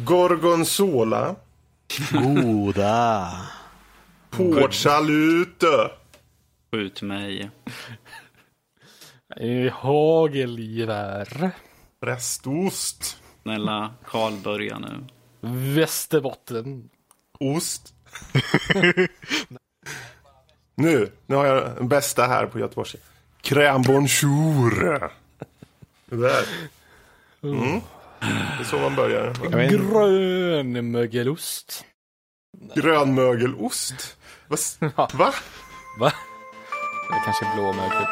Gorgonzola. Goda. Portsalute. Skjut mig. Hagelgevär. Prästost. Snälla, Karl, börja nu. Västerbotten. Ost. Nu har jag den bästa här på Göteborgs. Crème bonjour. Det där. Det är så man börjar. Grönmögelost. Grönmögelost. Va? Va? Det kanske är blåmögel.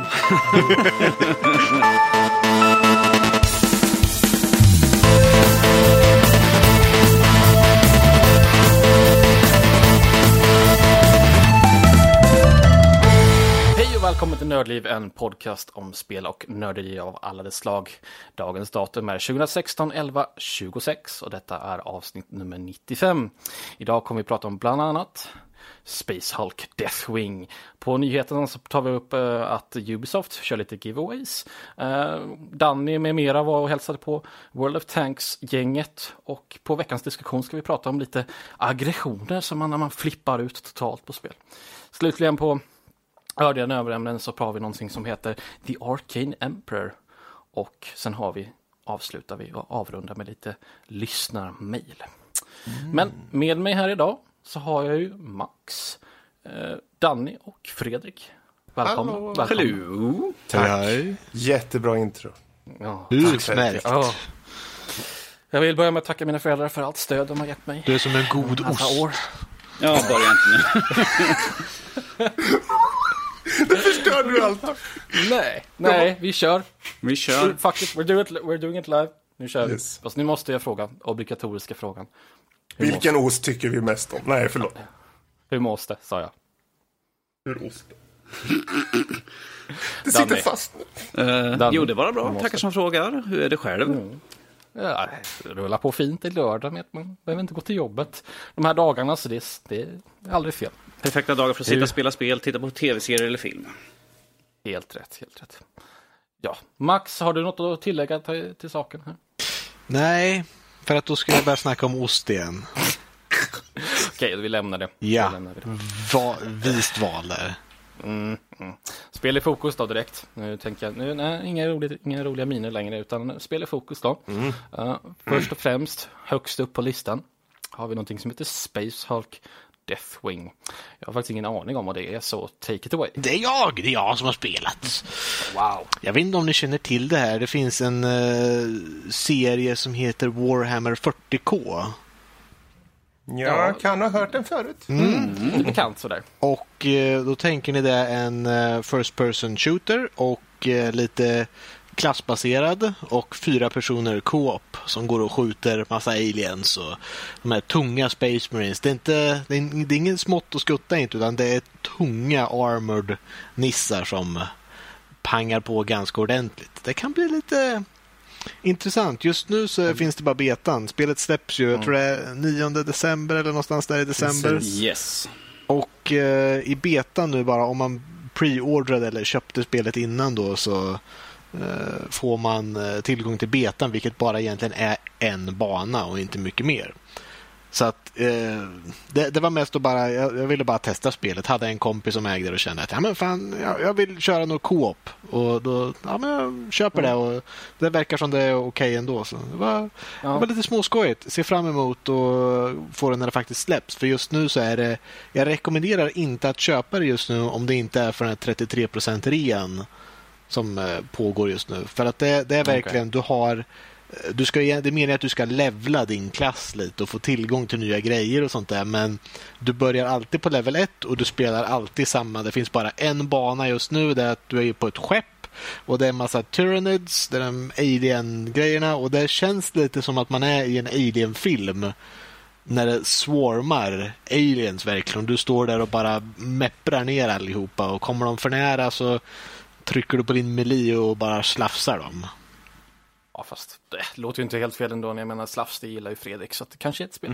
Välkommen till Nördliv, en podcast om spel och nörderi av alla dess slag. Dagens datum är 2016-11-26 och detta är avsnitt nummer 95. Idag kommer vi prata om bland annat Space Hulk Deathwing. På nyheterna så tar vi upp att Ubisoft kör lite giveaways. Danny med mera var och hälsade på World of Tanks-gänget. Och på veckans diskussion ska vi prata om lite aggressioner som när man flippar ut totalt på spel. Slutligen på övriga nördämnen så pratar vi någonting som heter The Arcane Emperor. Och sen avslutar vi och avrundar med lite lyssnarmail. Men med mig här idag så har jag ju Max, Danny och Fredrik. Välkomna. Hallå. Tack. Jättebra intro. Ja, Utmärkt. ja. Jag vill börja med att tacka mina föräldrar för allt stöd de har gett mig. Du är som en god ost. År. Ja, börja inte nu. Det förstör du allt. Nej, vi kör. Vi kör. Fuck it, we're doing it live. Nu kör vi. Yes. Fast nu måste jag fråga, obligatoriska frågan. Vilken ost tycker vi mest om? Nej, förlåt. Hur måste, sa jag. Hur ost? Det sitter Danny. fast nu. Jo, det var bra. Tackar som frågar. Hur är det själv? Ja, rulla på fint i lördag med att man behöver inte gå till jobbet de här dagarna, så det är aldrig fel. Perfekta dagar för att sitta och spela spel, titta på tv-serier eller film. Helt rätt. Ja, Max, har du något att tillägga till saken här? Nej, för att då skulle jag börja snacka om ost igen. Okej, vi lämnar det. Ja, Vi lämnar det. vist val där. Spel i fokus då direkt. Nu tänker jag, inga roliga miner längre, utan spel i fokus då. Först och främst, högst upp på listan har vi någonting som heter Space Hulk Deathwing. Jag har faktiskt ingen aning om vad det är, så take it away. Det är jag som har spelat. Wow. Jag vet inte om ni känner till det här. Det finns en serie som heter Warhammer 40K. Jag kan ha hört den förut. Det är bekant sådär. Och då tänker ni det är en first person shooter och lite klassbaserad och 4 personer co-op som går och skjuter massa aliens och de här tunga Space Marines. Det är ingen smått och skutta inte, utan det är tunga armored nissar som pangar på ganska ordentligt. Det kan bli lite intressant. Just nu så finns det bara betan. Spelet släpps ju, jag tror det är 9 december eller någonstans där i december. Yes. Och i betan nu bara, om man pre-ordrade eller köpte spelet innan då, så får man tillgång till betan, vilket bara egentligen är en bana och inte mycket mer. Så att det var mest att bara, jag ville bara testa spelet. Hade en kompis som ägde det och kände att jag vill köra något co-op, och då jag köper det, och det verkar som det är okej ändå, så det var lite småskojigt. Se fram emot och få det när det faktiskt släpps, för just nu så är det, jag rekommenderar inte att köpa det just nu om det inte är för den här 33% rean som pågår just nu, för att det är verkligen det är meningen att du ska levla din klass lite och få tillgång till nya grejer och sånt där, men du börjar alltid på level 1 och du spelar alltid samma. Det finns bara en bana just nu där att du är på ett skepp och det är en massa Tyranids, det är de alien-grejerna, och det känns lite som att man är i en alien-film när det swarmar aliens verkligen. Du står där och bara mepprar ner allihopa, och kommer de för nära så trycker du på din melee och bara slafsar dem. Ja, fast det låter ju inte helt fel ändå. Jag menar, slafs, det gillar ju Fredrik, så det kanske är ett spel.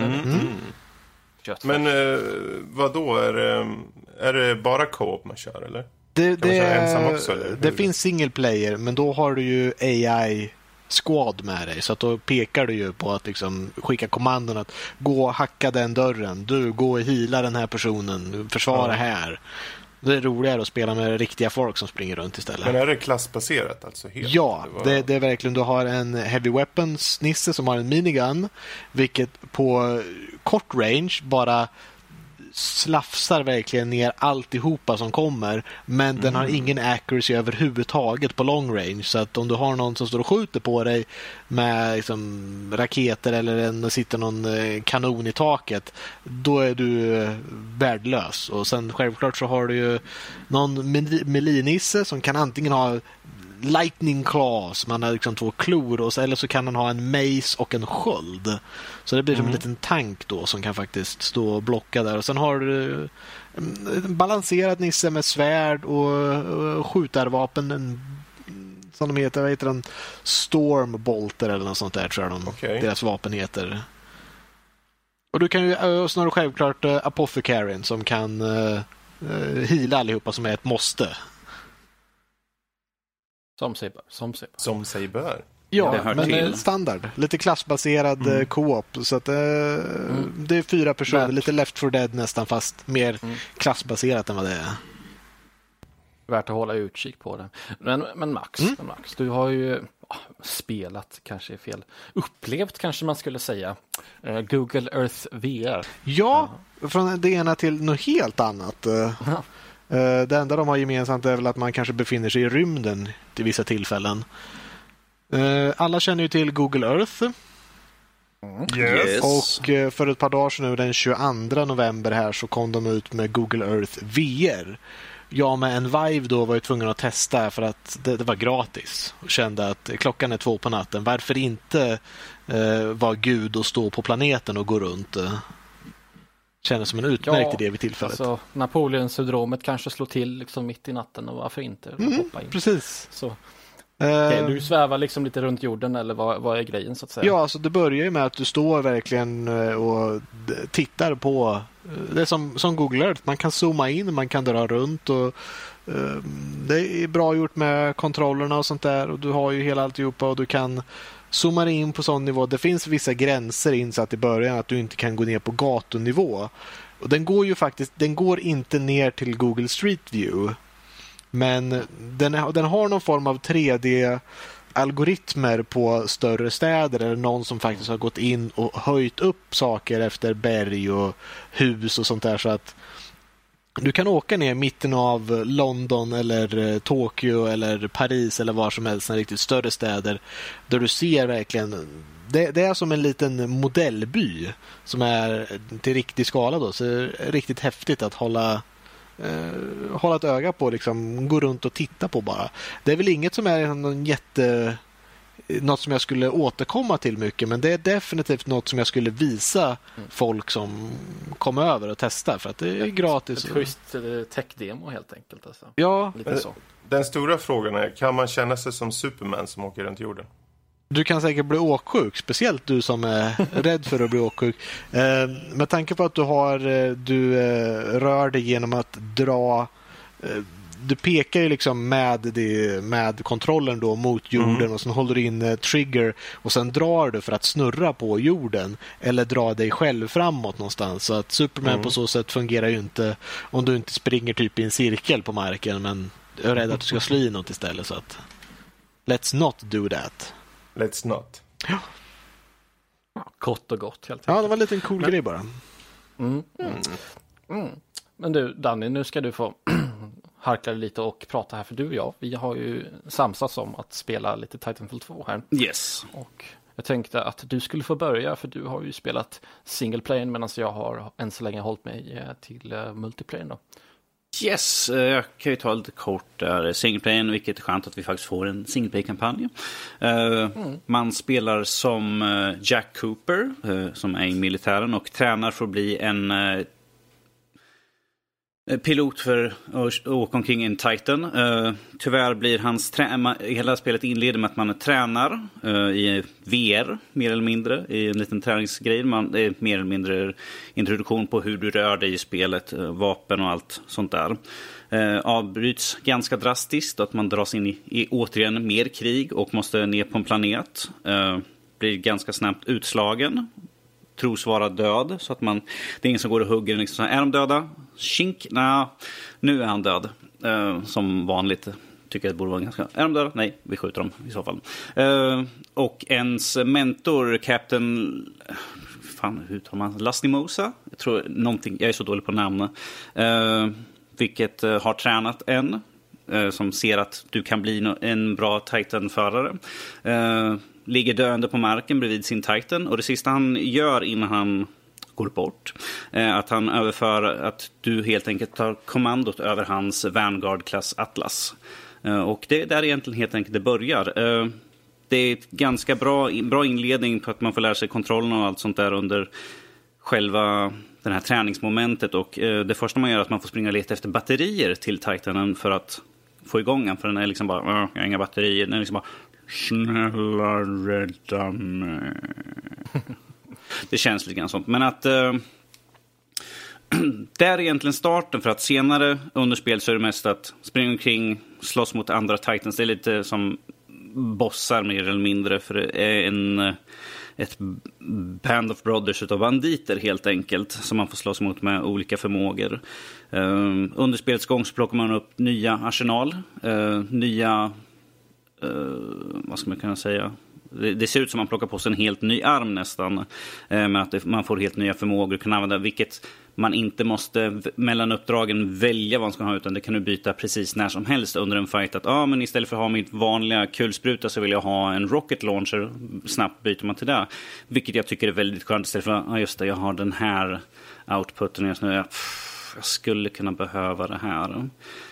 Men vad då? Är det bara co-op man kör, eller? Det ensam också, eller? det finns single player, men då har du ju AI squad med dig. Så att då pekar du ju på att liksom skicka kommandon att gå och hacka den dörren. Du, gå och heala den här personen. Försvara här. Det är roligare att spela med riktiga folk som springer runt istället. Men är det klassbaserat alltså? Helt? Ja, det är verkligen. Du har en heavy weapons nisse som har en minigun, vilket på kort range bara slafsar verkligen ner alltihopa som kommer, men den har ingen accuracy överhuvudtaget på long range, så att om du har någon som står och skjuter på dig med liksom raketer eller sitter någon kanon i taket, då är du värdelös. Och sen självklart så har du ju någon melee-nisse som kan antingen ha lightning claws, man har liksom 2 klor, eller så kan han ha en mace och en sköld. Så det blir som en liten tank då som kan faktiskt stå och blocka där. Och sen har du en balanserad nisse med svärd och skjutarvapen, som de heter, vad heter den? Stormbolter eller något sånt där, tror jag deras vapen heter. Och du kan ju, och sen har du självklart Apothecaryn som kan heala allihopa, som är ett måste. Som sig bör. Ja, men standard. Lite klassbaserad co-op. Så att det är 4 personer. Lite Left 4 Dead nästan, fast mer klassbaserat än vad det är. Värt att hålla utkik på det. Men Max, du har ju spelat, kanske är fel, upplevt kanske man skulle säga, Google Earth VR. Ja, från det ena till något helt annat. Det enda de har gemensamt är väl att man kanske befinner sig i rymden till vissa tillfällen. Alla känner ju till Google Earth. Yes. Och för ett par dagar sedan, den 22 november här, så kom de ut med Google Earth VR. Jag med en Vive då var ju tvungen att testa för att det var gratis. Och kände att klockan är 2 på natten. Varför inte vara gud och stå på planeten och gå runt? Kändes som en utmärkt idé vid tillfället. Alltså, Napoleon-syndromet kanske slår till liksom mitt i natten, och varför inte hoppa in? Precis. Så. Du svävar liksom lite runt jorden, eller vad är grejen så att säga? Ja, alltså det börjar ju med att du står verkligen och tittar på. Det är som Google Earth. Man kan zooma in, man kan dra runt, och det är bra gjort med kontrollerna och sånt där. Och du har ju hela alltihopa, och du kan zooma in på sån nivå. Det finns vissa gränser insatt i början att du inte kan gå ner på gatunivå. Och den går inte ner till Google Street View. Men den har någon form av 3D-algoritmer på större städer, eller någon som faktiskt har gått in och höjt upp saker efter berg och hus och sånt där, så att du kan åka ner mitten av London eller Tokyo eller Paris eller var som helst, riktigt större städer, där du ser verkligen. Det är som en liten modellby som är till riktig skala då, så det är riktigt häftigt att hålla ett öga på, liksom gå runt och titta på bara. Det är väl inget som är något som jag skulle återkomma till mycket, men det är definitivt något som jag skulle visa folk som kommer över och testa, för att det är gratis. Ett schysst tech-demo helt enkelt. Alltså. Ja. Lite så. Den stora frågan är, kan man känna sig som Superman som åker runt jorden? Du kan säkert bli åksjuk, speciellt du som är rädd för att bli åksjuk. Med tanke på att du rör dig genom att dra. Du pekar ju liksom med kontrollen då mot jorden, och sen håller du in trigger och sen drar du för att snurra på jorden eller dra dig själv framåt någonstans. Så att Superman på så sätt fungerar ju inte om du inte springer typ i en cirkel på marken, men jag är rädd att du ska slå i något istället, så att let's not do that. Let's not. Ja. Kort och gott helt enkelt. Ja, det var en liten cool grej bara. Men du, Danny, nu ska du få harkla lite och prata här, för du och jag, vi har ju samsats om att spela lite Titanfall 2 här. Yes. Och jag tänkte att du skulle få börja, för du har ju spelat single player, medan jag har än så länge hållit mig till multiplayer då. Yes, jag kan ju ta lite kort där. Singleplayen, vilket är skönt att vi faktiskt får en singleplay-kampanj. Man spelar som Jack Cooper, som är i militären och tränar för att bli en pilot för att åka omkring i en Titan. Tyvärr blir hans hela spelet inleder med att man tränar i VR, mer eller mindre, i en liten träningsgrej. Det är mer eller mindre introduktion på hur du rör dig i spelet, vapen och allt sånt där. Avbryts ganska drastiskt, att man dras in i återigen mer krig och måste ner på en planet. Blir ganska snabbt utslagen. Tros vara död, så att det är ingen som går och hugger liksom så här, är de döda? Shink? Nej, nu är han död. Som vanligt tycker jag det borde vara ganska... Är de döda? Nej, vi skjuter dem i så fall. Och ens mentor, Captain... Fan, hur tar man? Lastimosa? Jag tror någonting... Jag är så dålig på namn. Vilket har tränat en. Som ser att du kan bli en bra Titan-förare. Ligger döende på marken bredvid sin Titan. Och det sista han gör innan han går bort, att han överför att du helt enkelt tar kommandot över hans Vanguard-klass Atlas. Och det är där egentligen helt enkelt det börjar. Det är ett ganska bra inledning på att man får lära sig kontrollen och allt sånt där under själva den här träningsmomentet. Och det första man gör är att man får springa och leta efter batterier till Titanen för att få igång den. För den är liksom bara, jag har inga batterier. Den är liksom bara, snälla rädda mig. Det känns lite grann sånt. Men att det är egentligen starten, för att senare under spel så är det mest att springa omkring, slåss mot andra Titans. Det är lite som bossar mer eller mindre, för det är ett band of brothers utav banditer helt enkelt som man får slåss mot med olika förmågor. Under spelets gång så plockar man upp nya arsenal, nya vad ska man kunna säga? Det ser ut som man plockar på sig en helt ny arm nästan. Men att man får helt nya förmågor att kunna använda. Vilket man inte måste mellan uppdragen välja vad man ska ha. Utan det kan du byta precis när som helst under en fight. Att men istället för att ha mitt vanliga kulspruta så vill jag ha en rocket launcher. Snabbt byter man till det. Vilket jag tycker är väldigt skönt. Istället för att just det, jag har den här outputen. Jag skulle kunna behöva det här.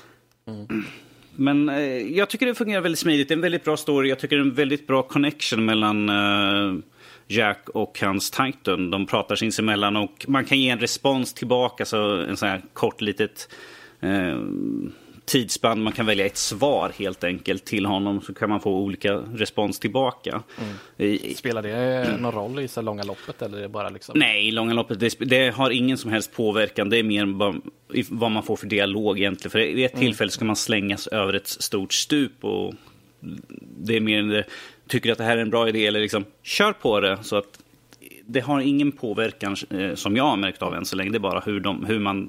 Men jag tycker det fungerar väldigt smidigt. Det är en väldigt bra story. Jag tycker det är en väldigt bra connection mellan Jack och hans Titan. De pratar sinsemellan och man kan ge en respons tillbaka. Så en sån här kort litet tidsspann. Man kan välja ett svar helt enkelt till honom. Så kan man få olika respons tillbaka. Spelar det någon roll i så långa loppet? Eller är det bara liksom... Nej, i långa loppet. Det har ingen som helst påverkan. Det är mer bara vad man får för dialog egentligen. För i ett tillfälle ska man slängas över ett stort stup. Och det är mer än det. Tycker att det här är en bra idé eller liksom kör på det. Så att det har ingen påverkan som jag har märkt av än så länge. Det är bara hur man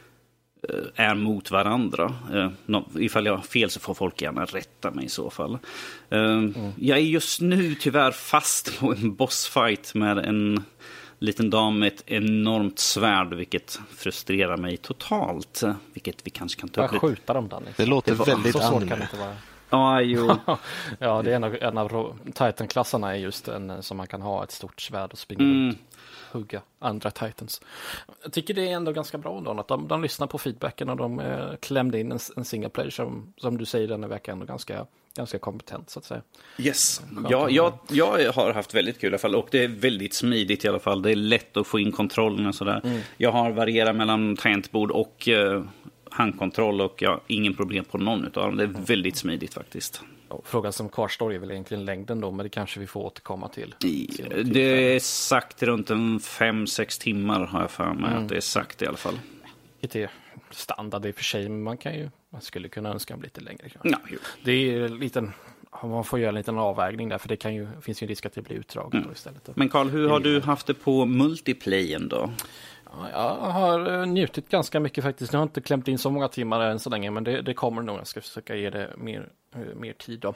är mot varandra. Ifall jag har fel så får folk gärna rätta mig i så fall. Jag är just nu tyvärr fast på en bossfight med en liten dam med ett enormt svärd, vilket frustrerar mig totalt. Vilket vi kanske kan ta upp lite. Skjuta dem, Danny. Det låter väldigt anime. Jo. Ja, det är en av Titan-klassarna är just en som man kan ha ett stort svärd och springa runt. Hugga andra Titans. Jag tycker det är ändå ganska bra då, att de lyssnar på feedbacken och de klämde in en single player som du säger, den verkar ändå ganska kompetent så att säga. Yes. Jag har haft väldigt kul i alla fall, och det är väldigt smidigt i alla fall. Det är lätt att få in kontrollen och sådär. Jag har varierat mellan tangentbord och handkontroll och jag har ingen problem på någon utav dem. Det är väldigt smidigt faktiskt. Frågan som kvarstår är väl egentligen längden då, men det kanske vi får återkomma till. Det är sagt runt 5-6 timmar har jag för mig att det är sagt i alla fall. Det är standard i och för sig, men man skulle kunna önska lite längre. Ja, det är man får göra en liten avvägning där, för det finns ju en risk att det blir utdrag istället. Men Carl, hur har du haft det på multiplayen då? Jag har njutit ganska mycket faktiskt. Jag har inte klämt in så många timmar än så länge, men det kommer nog. Jag ska försöka ge det mer tid då.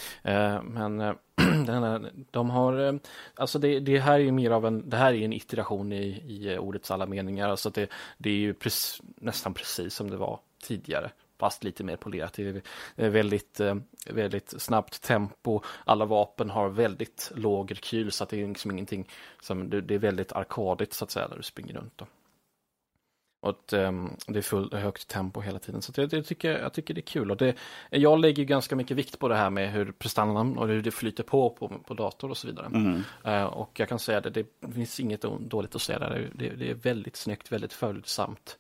Men de har, alltså det här är mer av det här är en iteration i ordets alla meningar. Alltså det är ju nästan precis som det var tidigare, fast lite mer polerat. Det är väldigt, väldigt snabbt tempo. Alla vapen har väldigt låg rekyl, så att det är liksom ingenting som det är väldigt arkadigt så att säga där du springer runt då. Och det är högt tempo hela tiden. Så jag tycker det är kul. Och jag lägger ganska mycket vikt på det här med hur prestandan och hur det flyter på dator och så vidare. Och jag kan säga att det finns inget dåligt att säga där. Det är väldigt snyggt, väldigt följsamt.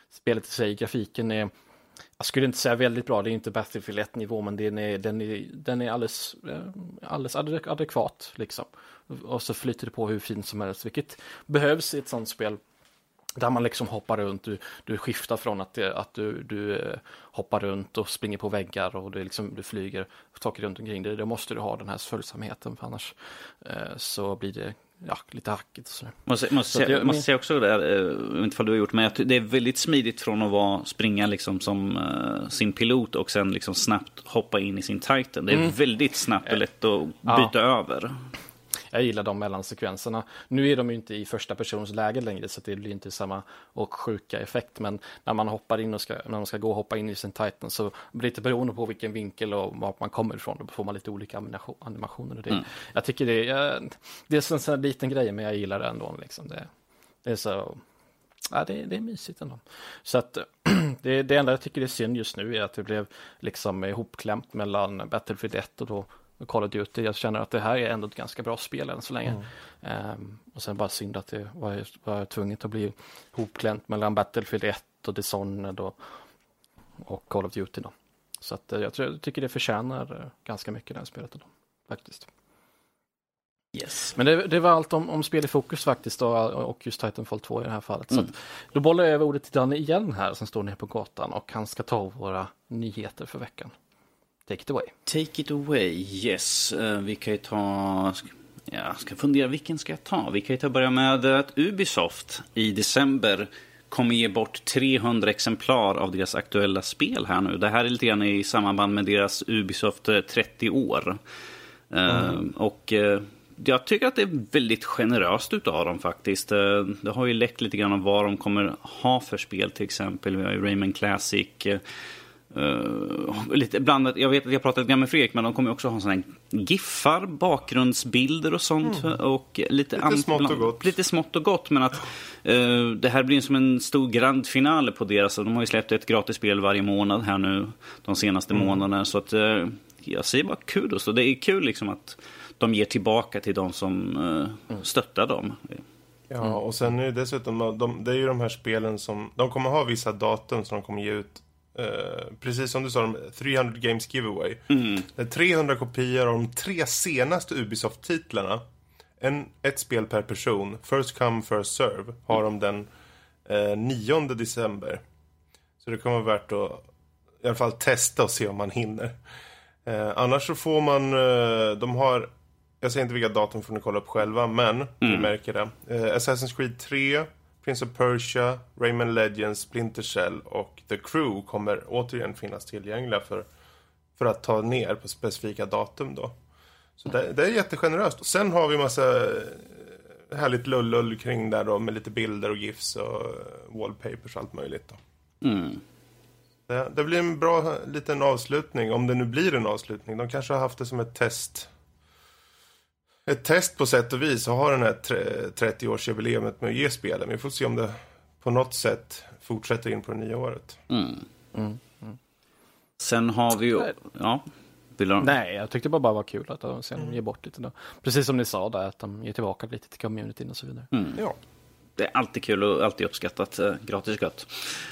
spelet i sig, grafiken är, jag skulle inte säga väldigt bra, det är inte Battlefield 1-nivå, men den är alldeles adekvat liksom. Och så flyter det på hur fint som helst, vilket behövs i ett sånt spel där man liksom hoppar runt, du skiftar från att du hoppar runt och springer på väggar och du flyger och tar runt omkring det. Då måste du ha den här följsamheten, för annars så blir det lite hackigt. Så. Måste säga också där, inte vad du har gjort, men det är väldigt smidigt från att springa liksom som sin pilot och sen liksom snabbt hoppa in i sin Titan. Det är väldigt snabbt och lätt att byta över. Jag gillar de mellansekvenserna. Nu är de ju inte i första persons läge längre, så det blir inte samma och sjuka effekt. Men när man hoppar in när man ska gå och hoppa in i sin Titan, så blir det beroende på vilken vinkel och var man kommer ifrån. Då får man lite olika animationer. Och det. Jag tycker det är en sån liten grej, men jag gillar det ändå. Liksom. Det är så... Ja, det är mysigt ändå. Så att det enda jag tycker är synd just nu är att det blev liksom ihopklämt mellan Battlefield 1 och då Call of Duty. Jag känner att det här är ändå ett ganska bra spel än så länge. Och sen bara synd att det var tvunget att bli hopklämt mellan Battlefield 1 och Dishonored och Call of Duty då. Så att jag tycker det förtjänar ganska mycket det här spelet då, faktiskt. Yes. Men det var allt om spel i fokus faktiskt då, och just Titanfall 2 i det här fallet. Så att, då bollar jag över ordet till Danne igen här som står nere på gatan, och han ska ta våra nyheter för veckan. Take it away. Take it away, yes. Vi kan ju ta... Jag ska fundera, vilken ska jag ta? Vi kan ju börja med att Ubisoft i december kommer ge bort 300 exemplar av deras aktuella spel här nu. Det här är lite grann i samband med deras Ubisoft 30 år. Och jag tycker att det är väldigt generöst utav dem faktiskt. Det har ju läckt lite grann om vad de kommer ha för spel till exempel. Vi har ju Rayman Classic... lite blandat. Jag vet att jag pratat med Fredrik, men de kommer också ha såna giffar, bakgrundsbilder och sånt och lite smått och gott, men att det här blir som en stor grand finale på deras, och de har ju släppt ett gratis spel varje månad här nu de senaste månaderna, så att jag säger bara kul, så det är kul liksom att de ger tillbaka till de som stöttar dem. Ja, och sen är det dessutom det är ju de här spelen som de kommer ha vissa datum som de kommer ge ut. Precis som du sa, 300 Games Giveaway. Det är 300 kopior av de 3 senaste Ubisoft-titlarna. Ett spel per person. First come, first serve. Har de den 9 december. Så det kommer vara värt att i alla fall testa och se om man hinner. Annars så får man... de har... Jag säger inte vilka datum får ni kolla upp själva, men ni märker det. Assassin's Creed 3... Prince of Persia, Rayman Legends, Splinter Cell och The Crew kommer återigen finnas tillgängliga för att ta ner på specifika datum då. Så det är jättegeneröst. Och sen har vi massa härligt lull kring där då, med lite bilder och gifs och wallpapers och allt möjligt då. Det blir en bra liten avslutning, om det nu blir en avslutning. De kanske har haft det som ett test på sätt och vis, och har den här 30-årsjubileumet med att ge spelen. Men vi får se om det på något sätt fortsätter in på det nya året. Sen har vi ju... Ja, nej, jag tyckte bara var kul att de sen ger bort lite då. Precis som ni sa där, att de ger tillbaka lite till communityn och så vidare. Ja. Det är alltid kul och alltid uppskattat. Gratis gott.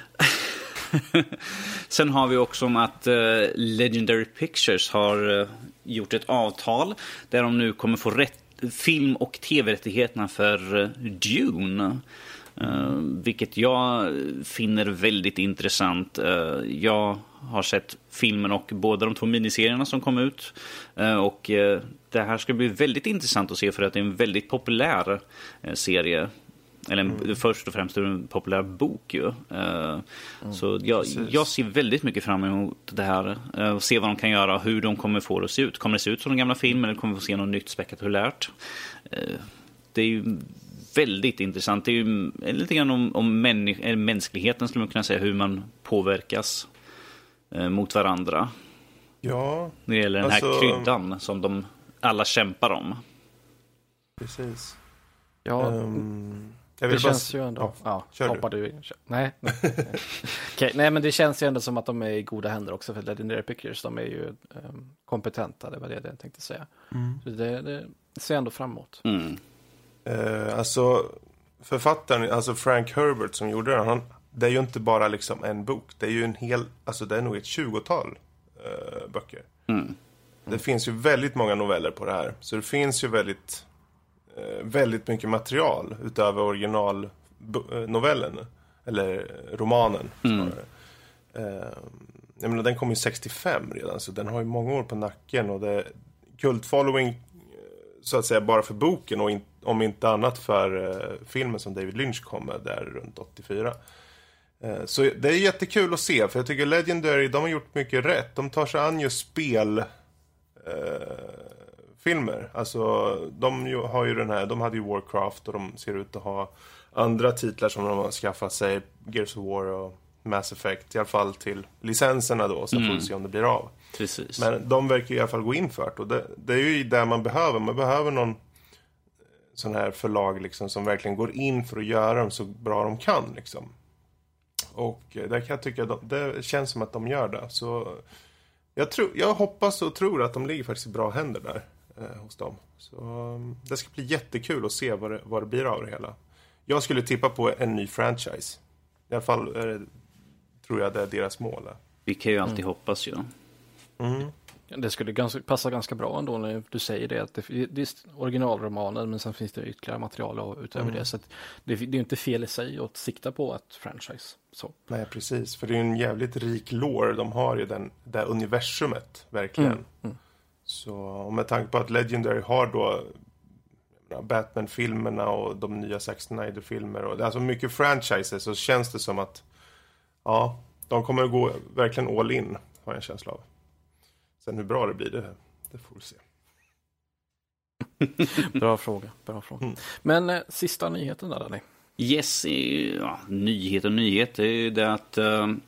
Sen har vi också om att Legendary Pictures har gjort ett avtal där de nu kommer få film- och tv-rättigheterna för Dune. Vilket jag finner väldigt intressant. Jag har sett filmen och båda de 2 miniserierna som kom ut. Och det här ska bli väldigt intressant att se, för att det är en väldigt populär serie. Eller först och främst en populär bok ju. Så jag ser väldigt mycket fram emot det här. Och se vad de kan göra, hur de kommer få det att se ut. Kommer det se ut som den gamla filmen, eller kommer vi få se något nytt spektakulärt? Det är ju väldigt intressant. Det är ju lite grann om mänskligheten, skulle man kunna säga, hur man påverkas mot varandra. Ja. När det gäller den här kryddan som de alla kämpar om. Precis. Ja, det känns ju ändå... hoppar du in? Nej. Okay, nej, men det känns ju ändå som att de är i goda händer också, för Legendary Pictures, de är ju kompetenta, det var det jag tänkte säga. Så det ser ändå framåt. Alltså, författaren, alltså Frank Herbert som gjorde det, det är ju inte bara liksom en bok. Det är ju alltså det är nog ett 20-tal böcker. Det finns ju väldigt många noveller på det här. Så det finns ju väldigt mycket material utöver originalnovellen. Eller romanen snarare. Jag menar, den kom ju 65 redan, så den har ju många år på nacken. Och det är kultfollowing så att säga bara för boken och om inte annat för filmen som David Lynch kom med där runt 84. Så det är jättekul att se, för jag tycker Legendary, de har gjort mycket rätt. De tar sig an just filmer. Alltså de har ju de hade ju Warcraft, och de ser ut att ha andra titlar som de har skaffat sig, Gears of War och Mass Effect, i alla fall till licenserna då, så får vi se om det blir av. Precis. Men de verkar i alla fall gå in för det, och det är ju där man behöver någon sån här förlag liksom, som verkligen går in för att göra dem så bra de kan liksom. Och där kan jag tycka det känns som att de gör det. Så jag hoppas och tror att de ligger faktiskt i bra händer där hos dem. Så det ska bli jättekul att se vad det blir av det hela. Jag skulle tippa på en ny franchise. I alla fall tror jag det är deras mål. Vi kan ju alltid hoppas ju. Det skulle passa ganska bra ändå när du säger det. Att det är originalromanen, men sen finns det ytterligare material utöver det. Så att det är inte fel i sig att sikta på ett franchise. Så. Nej, precis. För det är en jävligt rik lore de har i det universumet, verkligen. Så, och med tanke på att Legendary har då Batman-filmerna och de nya Zack Snyder-filmer och alltså mycket franchises, så känns det som att de kommer att gå verkligen all in, har jag en känsla av. Sen hur bra det blir, det får vi se. Bra fråga. Men sista nyheten där, Danny. Yes, nyhet. Det är ju det att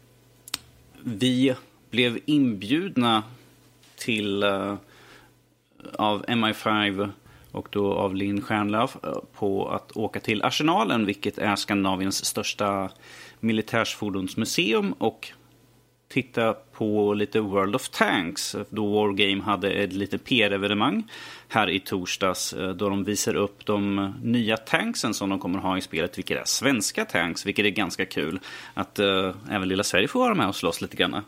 vi blev inbjudna till av MI5 och då av Linn Stjärnlöf på att åka till Arsenalen, vilket är Skandinaviens största militärsfordonsmuseum, och titta på lite World of Tanks, då Wargame hade ett litet PR-evenemang här i torsdags, då de visar upp de nya tanksen som de kommer ha i spelet, vilket är svenska tanks, vilket är ganska kul att även lilla Sverige får vara med och slåss lite grann.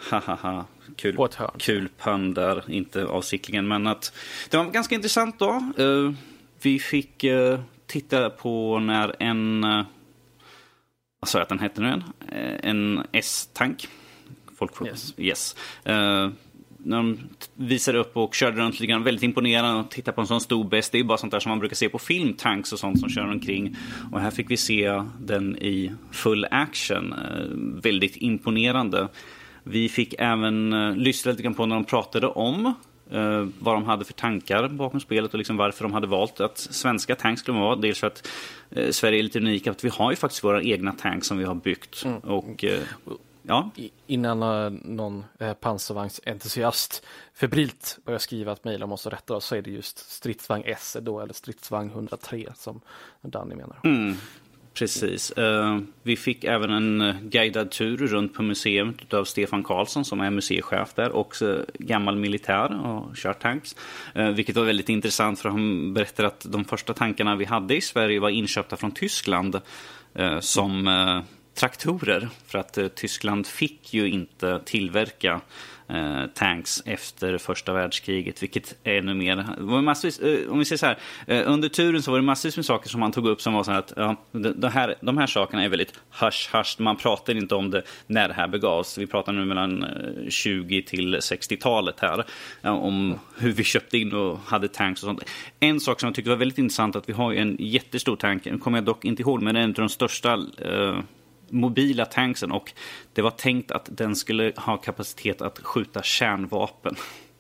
Kul pun där, inte avsiktligen, men att det var ganska intressant då. Vi fick titta på när vad sa jag att den hette nu? En S-tank. Yes. När de visade upp och körde runt lite grann, väldigt imponerande att titta på en sån stor bäst. Det är bara sånt där som man brukar se på film, tanks och sånt som kör omkring. Och här fick vi se den i full action. Väldigt imponerande. Vi fick även lyssna lite grann på när de pratade om vad de hade för tankar bakom spelet och liksom varför de hade valt att svenska tanks skulle vara. Dels för att Sverige är lite unika, att vi har ju faktiskt våra egna tanks som vi har byggt. Och innan någon pansarvagnsentusiast febrilt börjar skriva ett mejl och måste rätta oss, så är det just stridsvagn S då, eller stridsvagn 103 som Danny menar. Precis. Vi fick även en guidad tur runt på museet av Stefan Karlsson som är museichef där, och gammal militär och kör tanks. Vilket var väldigt intressant, för han berättade att de första tankarna vi hade i Sverige var inköpta från Tyskland som traktorer, för att Tyskland fick ju inte tillverka tanks efter första världskriget, vilket är ännu mer. Det var massvis, om vi säger så här, under turen så var det massvis med saker som man tog upp som var så att de här sakerna är väldigt hush, man pratar inte om det när det här begavs. Vi pratar nu mellan 20 till 60-talet här om hur vi köpte in och hade tanks och sånt. En sak som jag tyckte var väldigt intressant, att vi har en jättestor tank, nu kommer jag dock inte ihåg, men det är en av de största mobila tanksen, och det var tänkt att den skulle ha kapacitet att skjuta kärnvapen.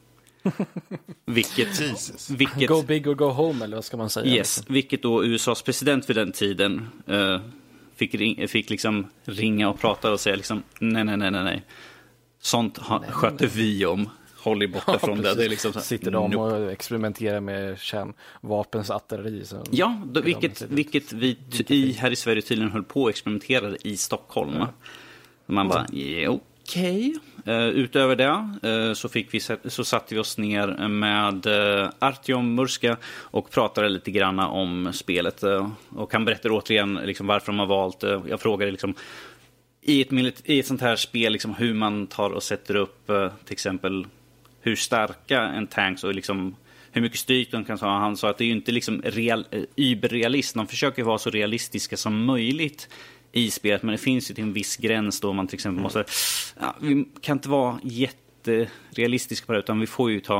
vilket go big or go home, eller vad ska man säga? Yes, vilket då USAs president vid den tiden fick liksom ringa och prata och säga liksom nej. Sånt sköter vi om. Håll i borta från det. Det är liksom så här, sitter de och experimenterar med kärnvapens artilleri. Vilket vi här i Sverige tydligen höll på att experimentera i Stockholm. Ja. Man bara, okej. Utöver det så satte vi oss ner med Artyom Murska och pratade lite grann om spelet. Och han berättade återigen liksom varför de har valt. Jag frågade liksom, i ett sånt här spel liksom, hur man tar och sätter upp till exempel hur starka en tank och liksom hur mycket stryk de kan ha. Han sa att det är ju inte liksom überrealist. De försöker vara så realistiska som möjligt i spelet, men det finns ju till en viss gräns då man till exempel måste... Ja, vi kan inte vara jätterealistiska på det, utan vi får ju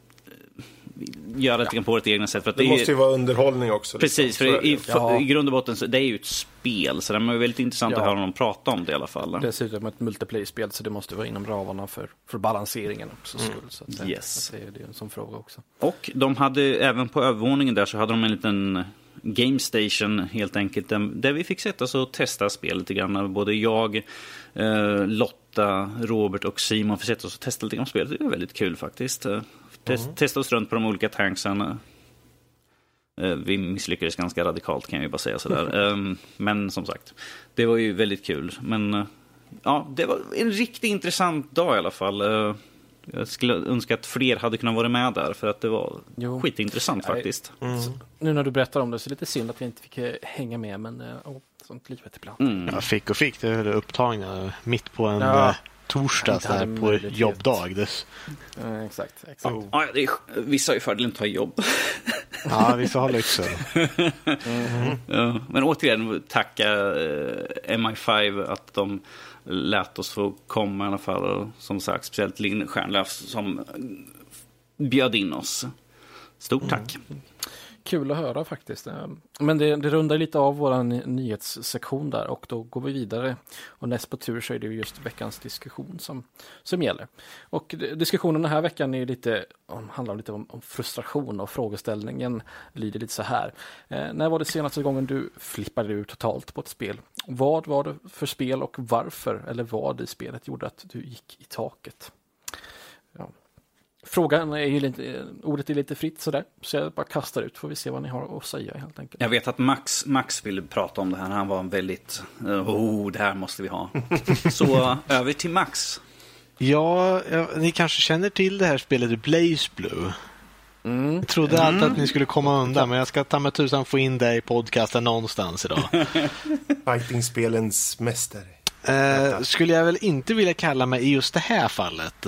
göra det på vårt egna sätt. För att det måste ju vara underhållning också. Precis, liksom. För i grund och botten så det är ju ett spel, så det är väldigt intressant att höra någon prata om det i alla fall. Dessutom ett multiplayer-spel, så det måste vara inom ramarna för balanseringen också. Så att yes. det är en sån fråga också. Och de hade även på övervåningen där så hade de en liten game station helt enkelt, där vi fick sätta oss och testa spelet lite grann. Både jag, Lotta, Robert och Simon fick sätta oss och testa lite grann spelet. Det var väldigt kul faktiskt. Testa oss runt på de olika tanksen. Vi misslyckades ganska radikalt, kan jag ju bara säga sådär. Men som sagt, det var ju väldigt kul. Men ja, det var en riktigt intressant dag i alla fall. Jag skulle önska att fler hade kunnat vara med där, för att det var skitintressant faktiskt. Nu när du berättar om det så är det lite synd att vi inte fick hänga med, men sånt livet ibland. Jag fick det upptagna mitt på en torsdag där på jobbdag. Exakt. Ja, vissa har ju fördelen att ta jobb. Ja, vissa har lyxen. Ja, men återigen tacka MI5 att de lät oss få komma i alla fall. Och som sagt, speciellt Linn Stjärnlöf som bjöd in oss. Stort tack. Kul att höra faktiskt. Men det rundar lite av vår nyhetssektion där, och då går vi vidare. Och näst på tur så är det just veckans diskussion som gäller. Och diskussionen den här veckan är handlar lite om frustration, och frågeställningen lyder lite så här. När var det senaste gången du flippade ur totalt på ett spel? Vad var det för spel och varför, eller vad i spelet gjorde att du gick i taket? Ja. Frågan är ju ordet är lite fritt sådär, så jag bara kastar ut, får vi se vad ni har att säga helt enkelt. Jag vet att Max ville prata om det här, han var väldigt det här måste vi ha. Så över till Max. Ja, ni kanske känner till det här spelet Blaze Blue. Jag trodde alltid att ni skulle komma undan, men jag ska ta med tusan få in det i podcasten någonstans idag. Fighting-spelens mästare. Skulle jag väl inte vilja kalla mig i just det här fallet.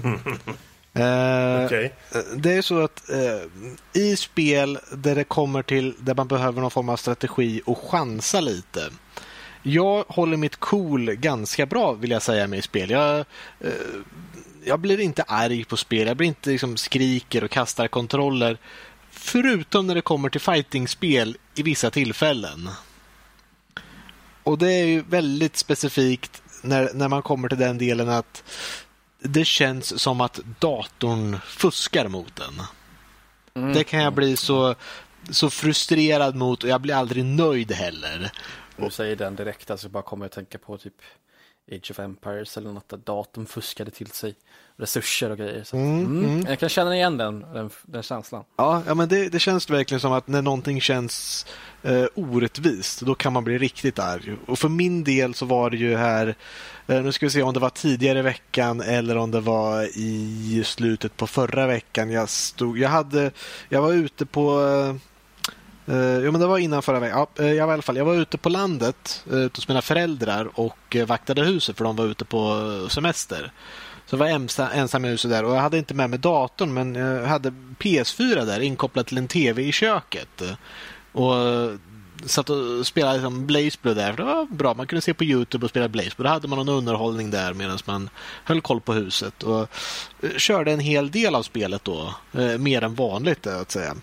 Okay. Det är så att i spel där det kommer till där man behöver någon form av strategi och chansa lite. Jag håller mitt cool ganska bra, vill jag säga, med i spel. Jag blir inte arg på spel. Jag blir inte liksom skriker och kastar kontroller, förutom när det kommer till fighting-spel i vissa tillfällen. Och det är ju väldigt specifikt när man kommer till den delen att det känns som att datorn fuskar mot den. Det kan jag bli så frustrerad mot, och jag blir aldrig nöjd heller. Du säger den direkt, alltså bara kommer jag tänka på typ Age of Empires eller något där datorn fuskade till sig resurser och grejer. Så jag kan känna igen den känslan. Ja, men det känns verkligen som att när någonting känns orättvist, då kan man bli riktigt arg. Och för min del så var det ju här, nu ska vi se om det var tidigare i veckan eller om det var i slutet på förra veckan. Jag var ute på men det var innan förra veckan. Jag var ute på landet hos mina föräldrar och vaktade huset, för de var ute på semester. Så jag var ensam i huset där, och jag hade inte med mig datorn, men jag hade PS4 där inkopplat till en tv i köket. Och satt och spelade liksom Blaze Blue där, för det var bra. Man kunde se på YouTube och spela Blaze Blue. Då hade man någon underhållning där medan man höll koll på huset. Och körde en hel del av spelet då, mer än vanligt att säga.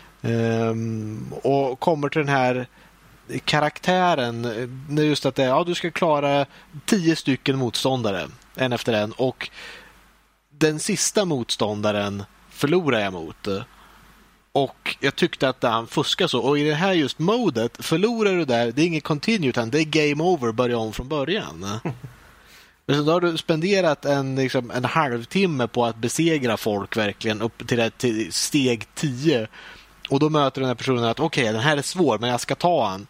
Och kommer till den här karaktären, just att du ska klara 10 stycken motståndare, en efter en, och den sista motståndaren förlorar jag mot. Och jag tyckte att han fuskar så. Och i det här just modet, förlorar du där, det är inget continue, utan det är game over, börja om från början. Så då har du spenderat en halvtimme på att besegra folk verkligen upp till steg 10. Och då möter den här personen att okej, den här är svår, men jag ska ta han.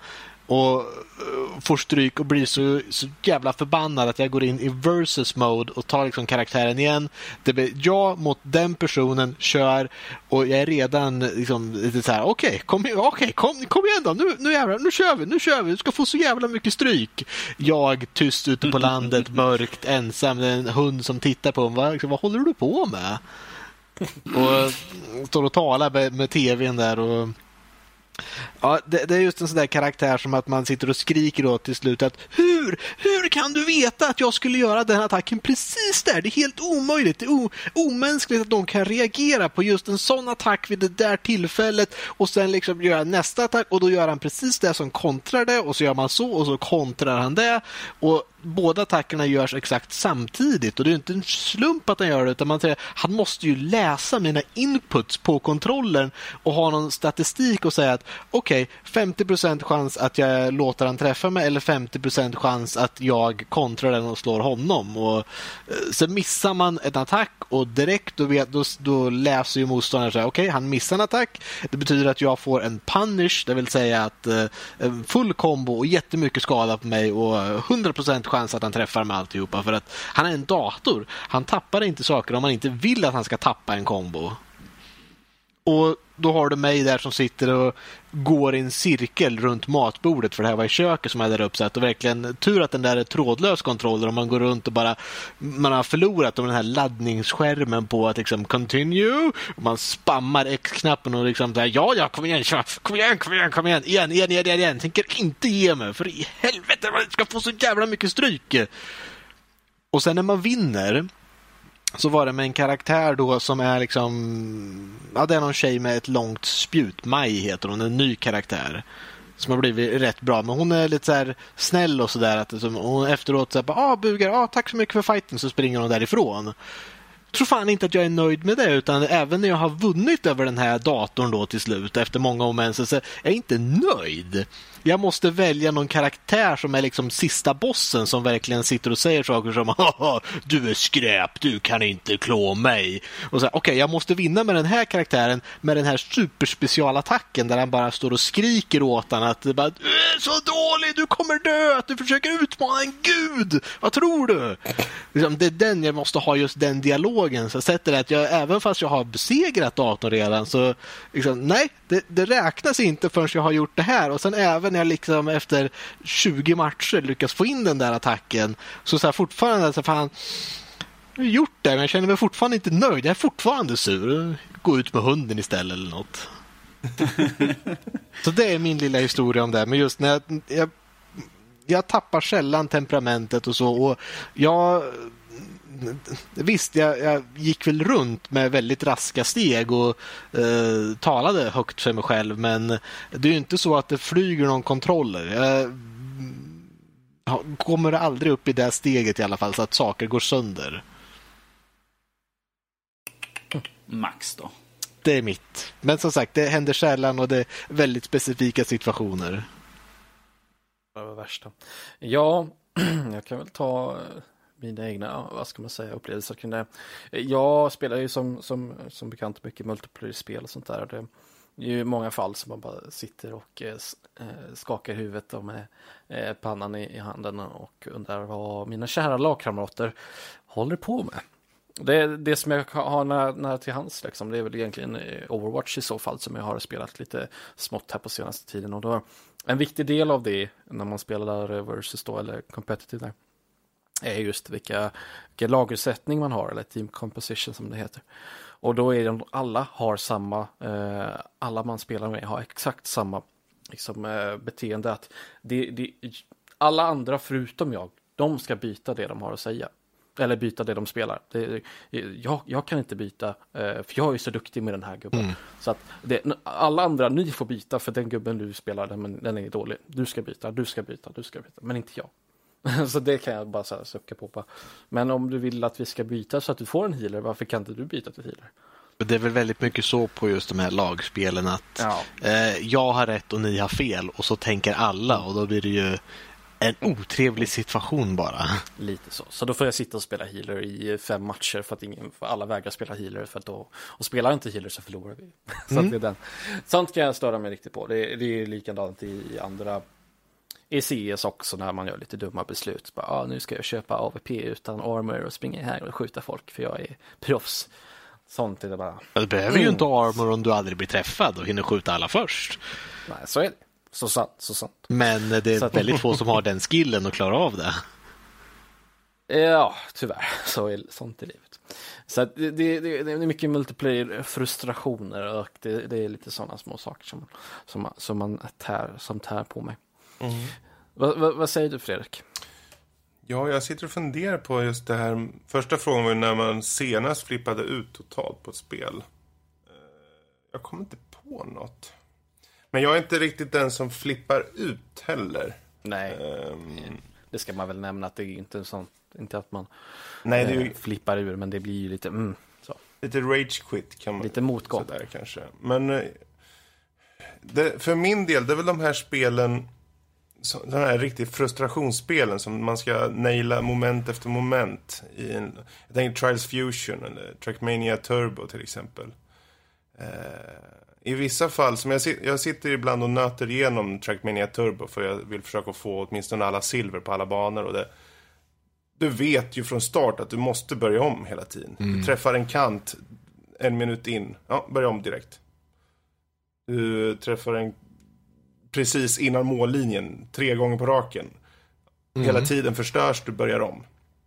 och får stryk och blir så jävla förbannad att jag går in i versus mode och tar liksom karaktären igen. Det blir jag mot den personen, kör, och jag är redan liksom lite så här: okej, kom igen då, nu jävlar, nu kör vi, du ska få så jävla mycket stryk. Jag tyst ute på landet, mörkt, ensam, en hund som tittar på mig, vad håller du på med? Och står och talar med tvn där. Och ja, det är just en sån där karaktär som att man sitter och skriker då till slut att hur kan du veta att jag skulle göra den attacken precis där? Det är helt omöjligt. Det är omänskligt att de kan reagera på just en sån attack vid det där tillfället och sen liksom göra nästa attack, och då gör han precis det som kontrar det, och så gör man så, och så kontrar han det, och båda attackerna görs exakt samtidigt, och det är inte en slump att han gör det, utan man säger, han måste ju läsa mina inputs på kontrollen och ha någon statistik och säga att okej, 50% chans att jag låter han träffa mig, eller 50% chans att jag kontrar den och slår honom. Och sen missar man en attack, och direkt då läser ju motståndaren så här: okej, han missar en attack. Det betyder att jag får en punish, det vill säga att en full combo och jättemycket skada på mig, och 100% chans att han träffar med alltihopa, för att han är en dator. Han tappar inte saker om man inte vill att han ska tappa en combo. Och då har du mig där som sitter och går i en cirkel runt matbordet, för det här var i köket som jag hade uppsatt, och verkligen tur att den där är trådlös kontroller, om man går runt och bara man har förlorat den här laddningsskärmen på att liksom continue, och man spammar X-knappen och liksom där, ja, kom igen, tänker inte ge mig, för i helvete, man ska få så jävla mycket stryk. Och sen när man vinner, så var det med en karaktär då som är liksom, ja, det är någon tjej med ett långt spjut. Maj heter hon, en ny karaktär som har blivit rätt bra, men hon är lite så här snäll och sådär, att hon efteråt så här, bugar, tack så mycket för fighten, så springer hon därifrån. Jag tror fan inte att jag är nöjd med det, utan även när jag har vunnit över den här datorn då till slut, efter många moment, så är jag inte nöjd. Jag måste välja någon karaktär som är liksom sista bossen, som verkligen sitter och säger saker som du är skräp, du kan inte klå mig. Och så okej, jag måste vinna med den här karaktären, med den här superspecialattacken där han bara står och skriker åt han att du är så dålig, du kommer dö, att du försöker utmana en gud. Vad tror du? Liksom, det är den jag måste ha, just den dialogen. Så sätter det att jag, även fast jag har besegrat datorn redan, så liksom, nej, det räknas inte förrän jag har gjort det här. Och sen även när jag liksom efter 20 matcher lyckas få in den där attacken, så här fortfarande så fan, jag har gjort det, men jag känner mig fortfarande inte nöjd. Jag är fortfarande sur. Gå ut med hunden istället eller något. Så det är min lilla historia om det. Men just när jag tappar sällan temperamentet och så, och visst, jag gick väl runt med väldigt raska steg och talade högt för mig själv, men det är ju inte så att det flyger någon kontroller. Jag kommer aldrig upp i det steget i alla fall, så att saker går sönder. Max då? Det är mitt. Men som sagt, det händer sällan och det är väldigt specifika situationer. Det var värsta. Ja, jag kan väl ta mina egna, vad ska man säga, upplevelser kring det. Jag spelar ju som bekant mycket multiplayer-spel och sånt där. Det är ju många fall som man bara sitter och skakar huvudet och med pannan i handen och undrar vad mina kära lagkamrater håller på med. Det som jag har nära till hands liksom, det är väl egentligen Overwatch i så fall, som jag har spelat lite smått här på senaste tiden. Och då en viktig del av det när man spelar versus då, eller competitive där, är just vilka lagersättning man har, eller team composition som det heter. Och då är det alla har samma, alla man spelar med har exakt samma liksom, beteende, att alla andra förutom de ska byta det de har att säga. Eller byta det de spelar. Jag kan inte byta, för jag är så duktig med den här gubben. Så att alla andra, ni får byta, för den gubben du spelar, den är dålig. Du ska byta, men inte jag. Så det kan jag bara så här sucka på. Men om du vill att vi ska byta så att du får en healer, varför kan inte du byta till healer? Det är väl väldigt mycket så på just de här lagspelen att jag har rätt och ni har fel, och så tänker alla, och då blir det ju en otrevlig situation bara. Lite så. Så då får jag sitta och spela healer i 5 matcher för alla vägrar spela healer, för att då, och spelar inte healer så förlorar vi. Så att det är den. Sånt kan jag störa mig riktigt på. Det är likadant i andra i CS också när man gör lite dumma beslut. Bara, nu ska jag köpa AVP utan armor och springa här och skjuta folk för jag är proffs. Sånt är det bara. Du behöver ju inte armor om du aldrig blir träffad och hinner skjuta alla först. Nej, så är det. Så sant. Men det är väldigt få som har den skillen att klara av det. Ja, tyvärr. Sånt är livet. Så att det är mycket multiplayer-frustrationer och det är lite sådana små saker som man tär på mig. Vad säger du, Fredrik? Ja, jag sitter och funderar på just det här. Första frågan var när man senast flippade ut totalt på ett spel. Jag kommer inte på något. Men jag är inte riktigt den som flippar ut heller. Nej, det ska man väl nämna att det är inte sånt. Inte att man det är ju flippar ur, men det blir ju lite så. Lite rage quit kan man. Lite motgång. Sådär kanske. Men för min del, det är väl de här spelen, de här riktigt frustrationsspelen som man ska naila moment efter moment. Jag tänker Trials Fusion eller Trackmania Turbo till exempel. I vissa fall, som jag sitter ibland och nöter igenom Trackmania Turbo för jag vill försöka få åtminstone alla silver på alla banor och det. Du vet ju från start att du måste börja om hela tiden. Du träffar en kant 1 minut in. Ja, börja om direkt. Du träffar en precis innan mållinjen 3 gånger på raken. Hela tiden förstörs, du börjar om.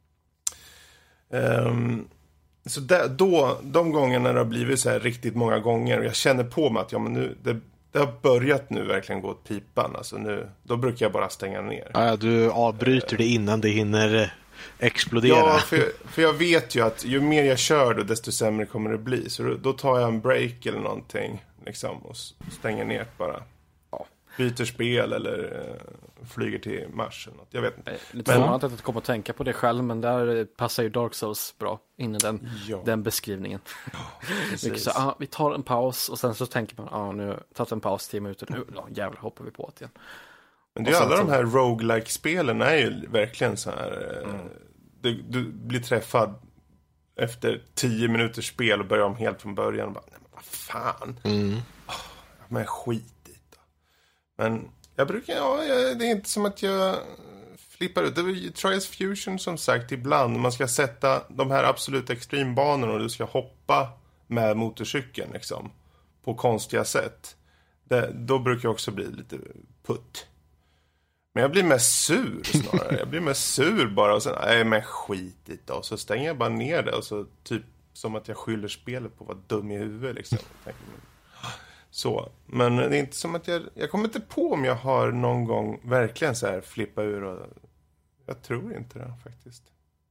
Så de gångerna det har blivit så här riktigt många gånger och jag känner på mig att det har börjat nu verkligen gå åt pipan. Alltså då brukar jag bara stänga ner. Ja, du avbryter det innan det hinner explodera. Ja, för jag vet ju att ju mer jag kör då, desto sämre kommer det bli. Så då tar jag en break eller någonting liksom, och stänger ner bara. Ja. Byter spel eller flyger till Mars eller något. Jag vet inte. Lite förvånat att jag kommer att tänka på det själv, men där passar ju Dark Souls bra in i den beskrivningen. Ja, så, vi tar en paus och sen så tänker man, nu har jag tagit en paus 10 minuter, nu jävlar hoppar vi på det igen. Men det är alla de här roguelike-spelen är ju verkligen så här. Du blir träffad efter 10 minuters spel och börjar om helt från början och bara, nej men vad fan. Men skit i det. Men jag brukar, det är inte som att jag flippar ut. Det är Trials Fusion som sagt ibland. Man ska sätta de här absolut extrembanorna och du ska hoppa med motorcykeln liksom. På konstiga sätt. Då brukar jag också bli lite putt. Men jag blir mest sur snarare. Jag blir mest sur bara och sen, nej men skit i det. Och så stänger jag bara ner det och så typ som att jag skyller spelet på att vara dum i huvudet liksom. Så, men det är inte som att jag kommer inte på om jag har någon gång verkligen så här flippa ur och jag tror inte det faktiskt.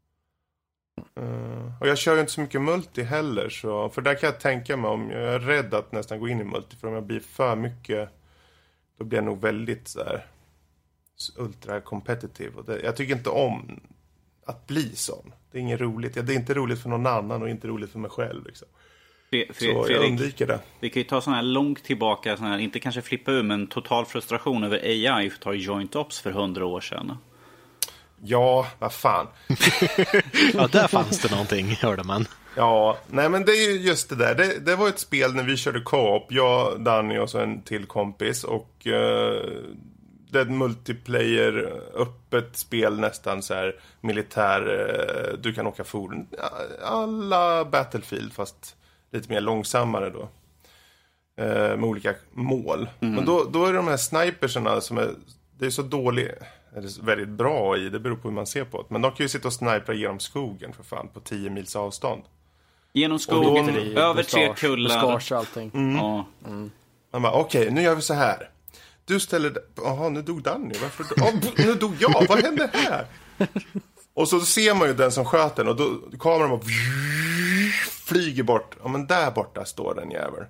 Och jag kör ju inte så mycket multi heller så, för där kan jag tänka mig om jag är rädd att nästan gå in i multi, för om jag blir för mycket då blir jag nog väldigt så här ultra competitive och jag tycker inte om att bli sån. Det är inget roligt. Det är inte roligt för någon annan och inte roligt för mig själv liksom. Så jag undviker det. Vi kan ju ta sån här långt tillbaka, sån här, inte kanske flippa ur, men total frustration över AI för att ta Joint Ops för 100 år sedan. Ja, vad fan. Ja, där fanns det någonting, hörde man. Ja, nej men det är ju just det där. Det var ett spel när vi körde co-op, jag, Danny och så en till kompis och det är ett multiplayer öppet spel, nästan så här militär, du kan åka fordon, alla Battlefield fast lite mer långsammare då. Med olika mål. Men då är det de här sniperserna som det är så dåligt, är väldigt bra i, det beror på hur man ser på det. Men de kan ju sitta och snipra genom skogen för fan på 10 mils avstånd. Genom skogen, över 3 kullar. Buskage och allting. Man bara, okej, nu gör vi så här. Du ställer, jaha, nu dog Danny. Varför? Nu dog jag, vad hände här? Och så ser man ju den som sköt den och då kameran bara flyger bort. Ja, men där borta står den jävel.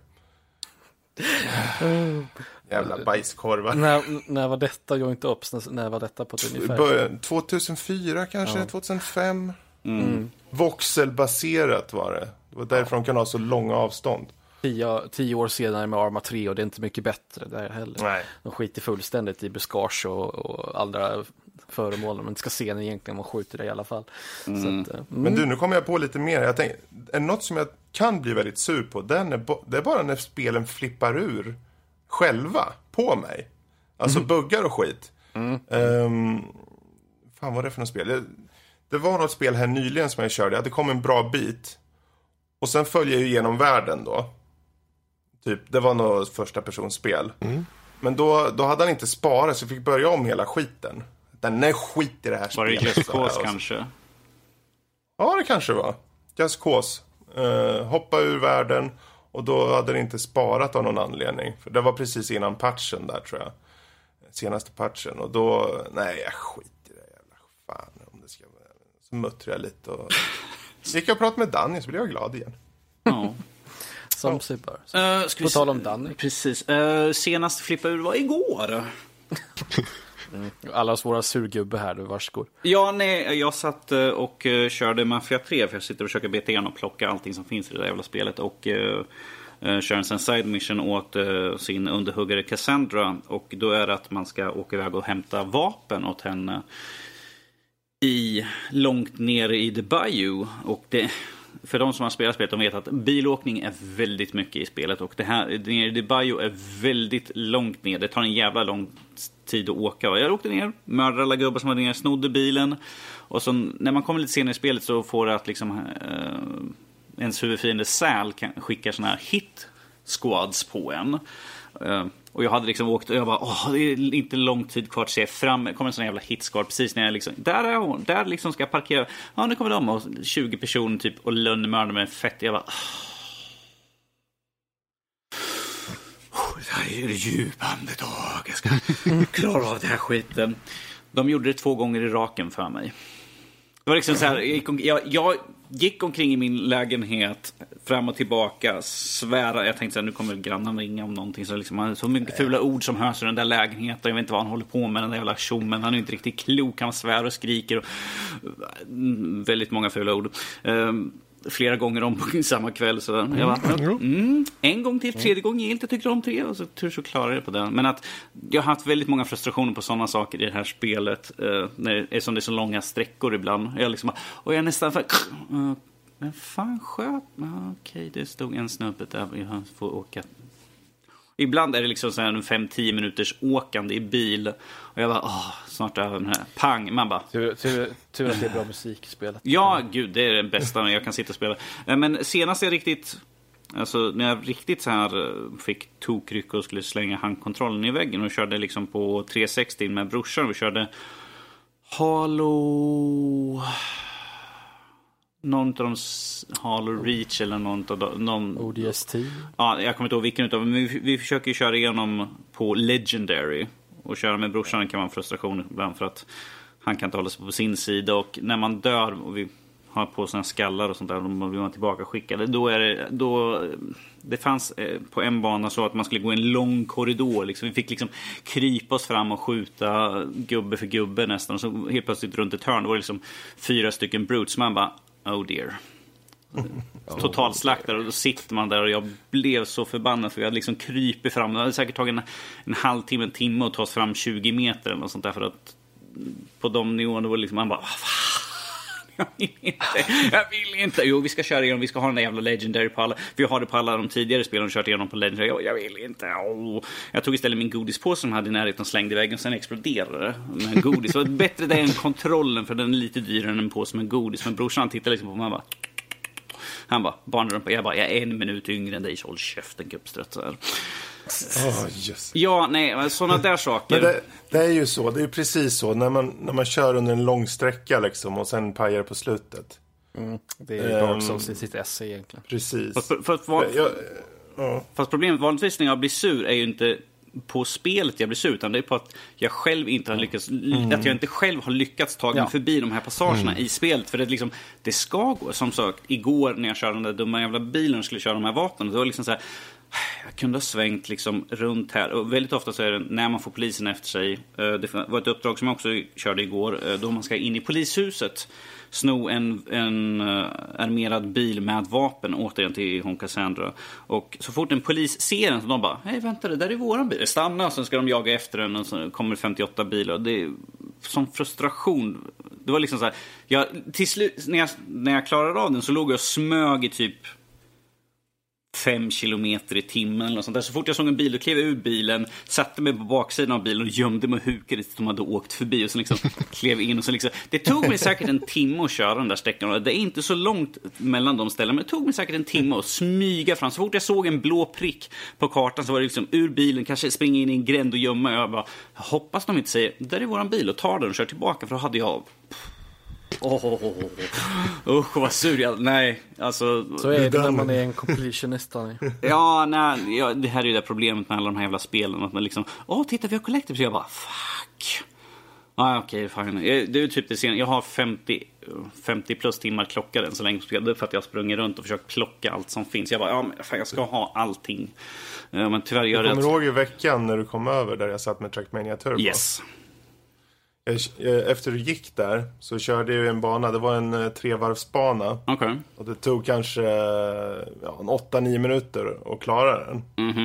Jävla bajskorvar. När var detta Joint Ops? När var detta på ett ungefär? 2004 kanske, 2005. Voxelbaserat var det. Det var därför de kan ha så långa avstånd. 10 år senare med Arma 3 och det är inte mycket bättre där heller. Nej. De skiter fullständigt i buskage och andra föremål. Men inte ska se den egentligen om man skjuter det i alla fall. Så att, Men du, nu kommer jag på lite mer. Jag tänker, är något som jag kan bli väldigt sur på, det är bara när spelen flippar ur själva på mig. Alltså buggar och skit. Fan, vad var det för något spel? Det var något spel här nyligen som jag körde. Det kom en bra bit. Och sen följer jag igenom världen då. Typ, det var något första personspel. Men då hade han inte sparat, så jag fick börja om hela skiten. Nej, skit i det här spelet. Var det Just Cause kanske? Ja, det kanske var. Just Cause. Hoppa ur världen. Och då hade det inte sparat av någon anledning. För det var precis innan patchen där, tror jag. Senaste patchen. Och då, nej, jag skit i det jävla fan. Om det ska vara. Så muttrade jag lite och... gick jag och pratade med Danny, så blev jag glad igen. Ja. Som sig bör. På tal om Danny. Precis. Senast flippa ur var igår. Alla svåra surgubbe här, du varsågod. Ja, nej, jag satt och körde Mafia 3, för jag sitter och försöker beta igenom och plocka allting som finns i det där jävla spelet. Och kör en side mission åt sin underhuggare Cassandra. Och då är det att man ska åka iväg och hämta vapen åt henne långt ner i The Bayou. Och det... För de som har spelat spelet, de vet att bilåkning är väldigt mycket i spelet. Och det här, The Bayou är väldigt långt ner. Det tar en jävla lång tid att åka. Och jag åkte ner, mördade alla gubbar som var ner, snodde bilen. Och så när man kommer lite senare i spelet så får det att liksom ens huvudfiende Sal skickar såna här hit squads på en. Och jag hade liksom åkt och jag bara, det är inte lång tid kvar att se fram. Det kommer en sån jävla hitsquad precis när jag liksom, där är hon, där liksom ska jag parkera. Ja, nu kommer de och 20 personer typ och lönnmördar med fett. Jag bara, det här är det djupande dag. Jag ska klara av det här skiten. De gjorde det 2 gånger i raken för mig. Det var liksom så här, jag gick omkring i min lägenhet fram och tillbaka, svära. Jag tänkte så här, nu kommer grannen ringa om någonting. Så liksom, han så mycket fula ord som hörs i den där lägenheten. Jag vet inte vad han håller på med, den där jävla tjommen. Han är inte riktigt klok, han svär och skriker. Och, väldigt många fula ord. Flera gånger om på samma kväll. Så jag bara, en gång till, 3:e gången gillt. Jag tyckte om 3 och så tur så klarar jag på den. Men att jag har haft väldigt många frustrationer på sådana saker i det här spelet. När det är så långa sträckor ibland. Jag liksom, och jag nästan för... men fan sköt. Okej, det stod en snubbe där. Jag får åka. Ibland är det liksom så här 5-10 minuters åkande i bil. Och jag bara, snart över den här. Pang, man bara... Tur att det är bra musik i spelet. Ja, gud, det är det bästa när jag kan sitta och spela. Men senast jag riktigt... Alltså, när jag riktigt så här fick tokryck och skulle slänga handkontrollen i väggen och körde liksom på 360 med brorsan. Vi körde Halo... Någon av dem, Halo Reach eller någon ODST. Ja, jag kommer inte ihåg vilken utav, men vi försöker köra igenom på Legendary. Och köra med brorsan kan vara en frustration ibland för att han kan inte hålla sig på sin sida. Och när man dör och vi har på såna skallar och sånt där, och då blir man tillbaka skickade. Det fanns på en bana så att man skulle gå en lång korridor liksom. Vi fick liksom krypa oss fram och skjuta gubbe för gubbe nästan. Och så helt plötsligt runt ett hörn, då var det liksom 4 stycken brutes. Man bara, oh dear. Totalslaktare, och då sitter man där och jag blev så förbannad för jag hade liksom krypit fram. Det hade säkert tagit en halvtimme, en timme att ta oss fram 20 meter eller något sånt där, för att på de nivåerna var det liksom, man bara, jag vill inte. Jo, vi ska köra igenom, vi ska ha den där jävla Legendary på alla. Vi har det på alla de tidigare spelen och kört igenom på Legendary. Jag vill inte. Jag tog istället min godispåse som hade i närheten och slängde i väggen och sen exploderade det med godis. Så bättre det än kontrollen, för den är lite dyrare än en påse med godis. Men brorsan tittade liksom på mig och han bara, barnrumpa. Jag är 1 minut yngre än dig, så håll käften gubbstrött så här. Yes. Ja, nej, sådana där saker. Men det är ju så, det är precis så när man kör under en lång sträcka liksom, och sen pajar på slutet. Det är Dark Souls i sitt esse egentligen. Precis. Fast problemet vanligtvis när jag blir sur är ju inte på spelet jag blir sur, utan det är på att jag själv inte har lyckats, att jag inte själv har lyckats ta mig förbi de här passagerna i spelet. För det liksom, det ska gå. Som sagt, igår när jag körde den där dumma jävla bilen och skulle köra de här vapnen, det var liksom så här, jag kunde ha svängt liksom runt här. Och väldigt ofta så är det när man får polisen efter sig. Det var ett uppdrag som jag också körde igår, då man ska in i polishuset, sno en armerad bil med vapen återigen till hon Cassandra. Och så fort en polis ser den så de bara, hej vänta, det där är våran bil. Stanna, och sen ska de jaga efter den och så kommer 58 bilar. Det är som frustration. Det var liksom så här, till slut när jag klarade av den så låg jag och smög i typ 5 kilometer i timmen eller sånt där. Så fort jag såg en bil och klev ur bilen, satte mig på baksidan av bilen och gömde mig och hukade tills de hade åkt förbi och så liksom klev in och så liksom. Det tog mig säkert en timme att köra den där sträckan. Det är inte så långt mellan de ställena, men det tog mig säkert en timme att smyga fram. Så fort jag såg en blå prick på kartan så var det liksom ur bilen, kanske springa in i en gränd och gömma. Jag bara, hoppas de inte säger, där är våran bil, och tar den och kör tillbaka, för då hade jag... Usch, vad sur jag... Nej, alltså... Så är det när man är en completionist. Ja, nej, det här är ju det problemet med alla de här jävla spelen. Att man liksom, titta, vi har collectibles. Så jag bara, fuck. Okej, fine. Det är ju typ det sen. Jag har 50 plus timmar klockade så länge för att jag har sprungit runt och försökt klocka allt som finns. Jag bara, jag ska ha allting. Men tyvärr gör det... Du kommer ihåg i veckan när du kom över där jag satt med Trackmania Turbo? Yes. Efter du gick där så körde jag en bana. Det var en 3-varvsbana. Okay. Och det tog kanske 8-9 minuter att klara den.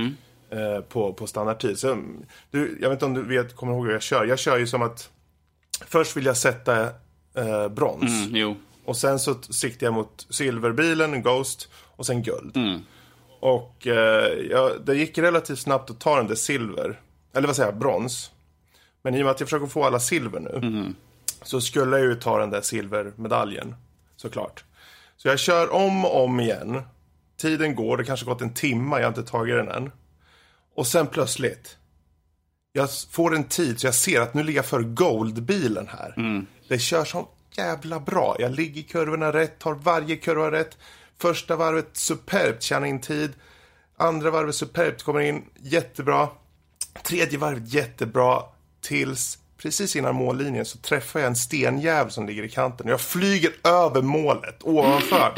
På standardtid. Så, jag vet inte om du kommer ihåg hur jag kör. Jag kör ju som att först vill jag sätta brons. Jo. Och sen så siktar jag mot silverbilen, Ghost, och sen guld. Och det gick relativt snabbt att ta den där silver. Eller vad säger jag, brons. Men i och med att jag försöker få alla silver nu så skulle jag ju ta den där silvermedaljen, såklart. Så jag kör om och om igen. Tiden går, det kanske gått en timme, jag har inte tagit den än. Och sen plötsligt, jag får en tid så jag ser att nu ligger jag för goldbilen här. Det kör så jävla bra. Jag ligger i kurvorna rätt, tar varje kurva rätt. Första varvet superbt, tjänar in tid. Andra varvet superbt, kommer in jättebra. Tredje varvet jättebra. Tills precis innan mållinjen så träffar jag en stenjävel som ligger i kanten. Jag flyger över målet, ovanför.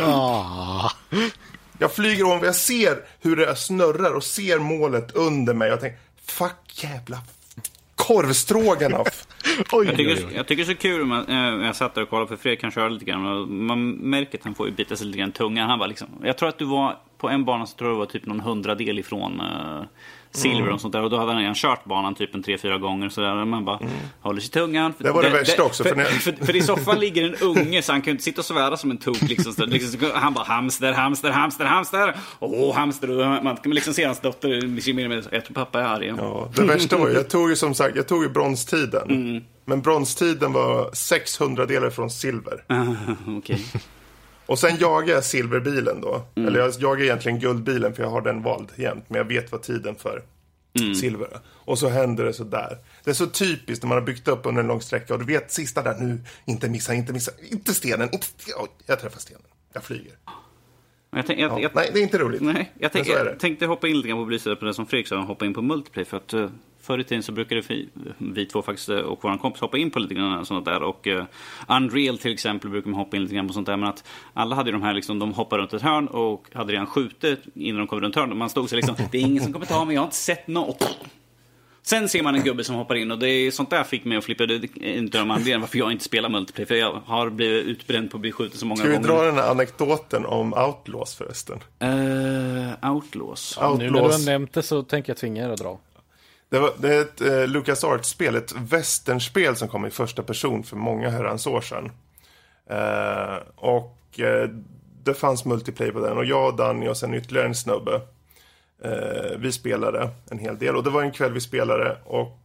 Jag flyger ovanför, jag ser hur det snurrar och ser målet under mig. Jag tänker, fuck jävla korvstråganoff. Jag tycker det är så kul jag satt där och kollade, för Fredrik kan köra lite grann. Man märker att han får ju bita sig lite grann tunga. Han var liksom, jag tror att du var på en bana, så tror jag det var typ någon 100-del ifrån silver och sånt där. Och då hade han redan kört banan typ en 3-4 gånger. Så där man bara håller sig tungan. Det var det värsta också. För i soffan ligger en unge, så han kan inte sitta och svära som en tok. Liksom, han bara hamster. Hamster. Och man kan liksom se hans dotter. Jag tror pappa är arg. Ja, det värsta var jag tog ju bronstiden. Men bronstiden var 600 delar från silver. Okay. Och sen jagar jag silverbilen då. Eller jag jagar egentligen guldbilen, för jag har den vald jämt. Men jag vet vad tiden för silver är. Och så händer det så där. Det är så typiskt när man har byggt upp under en lång sträcka. Och du vet sista där nu. Inte missa. Inte stenen. Jag träffar stenen. Jag flyger. Nej, det är inte roligt. Nej, jag tänkte hoppa in lite grann på belysa på det som Fredrik sa, hoppa in på multiplayer, för att förr i tiden så brukade vi två faktiskt och våran kompis hoppa in på lite grann sånt där, och Unreal till exempel brukar man hoppa in lite grann på sånt där, men att alla hade ju de här liksom, de hoppar runt ett hörn och hade redan skjutit innan de kom runt hörn, och man stod så liksom, det är ingen som kommer ta mig, jag har inte sett något. Sen ser man en gubbe som hoppar in, och det är sånt där fick mig att flippa. Det är inte de anledningarna varför jag inte spelar multiplayer, för jag har blivit utbränd på att bli skjuten så många gånger. Ska vi dra den här anekdoten om Outlaws förresten? Outlaws. Nu när du har nämnt det så tänker jag tvinga er att dra. Det är ett LucasArts-spel, ett westernspel som kom i första person för många herrans år sedan. Det fanns multiplayer på den, och jag och Danny och sen ytterligare en snubbe. Vi spelade en hel del, och det var en kväll vi spelade, och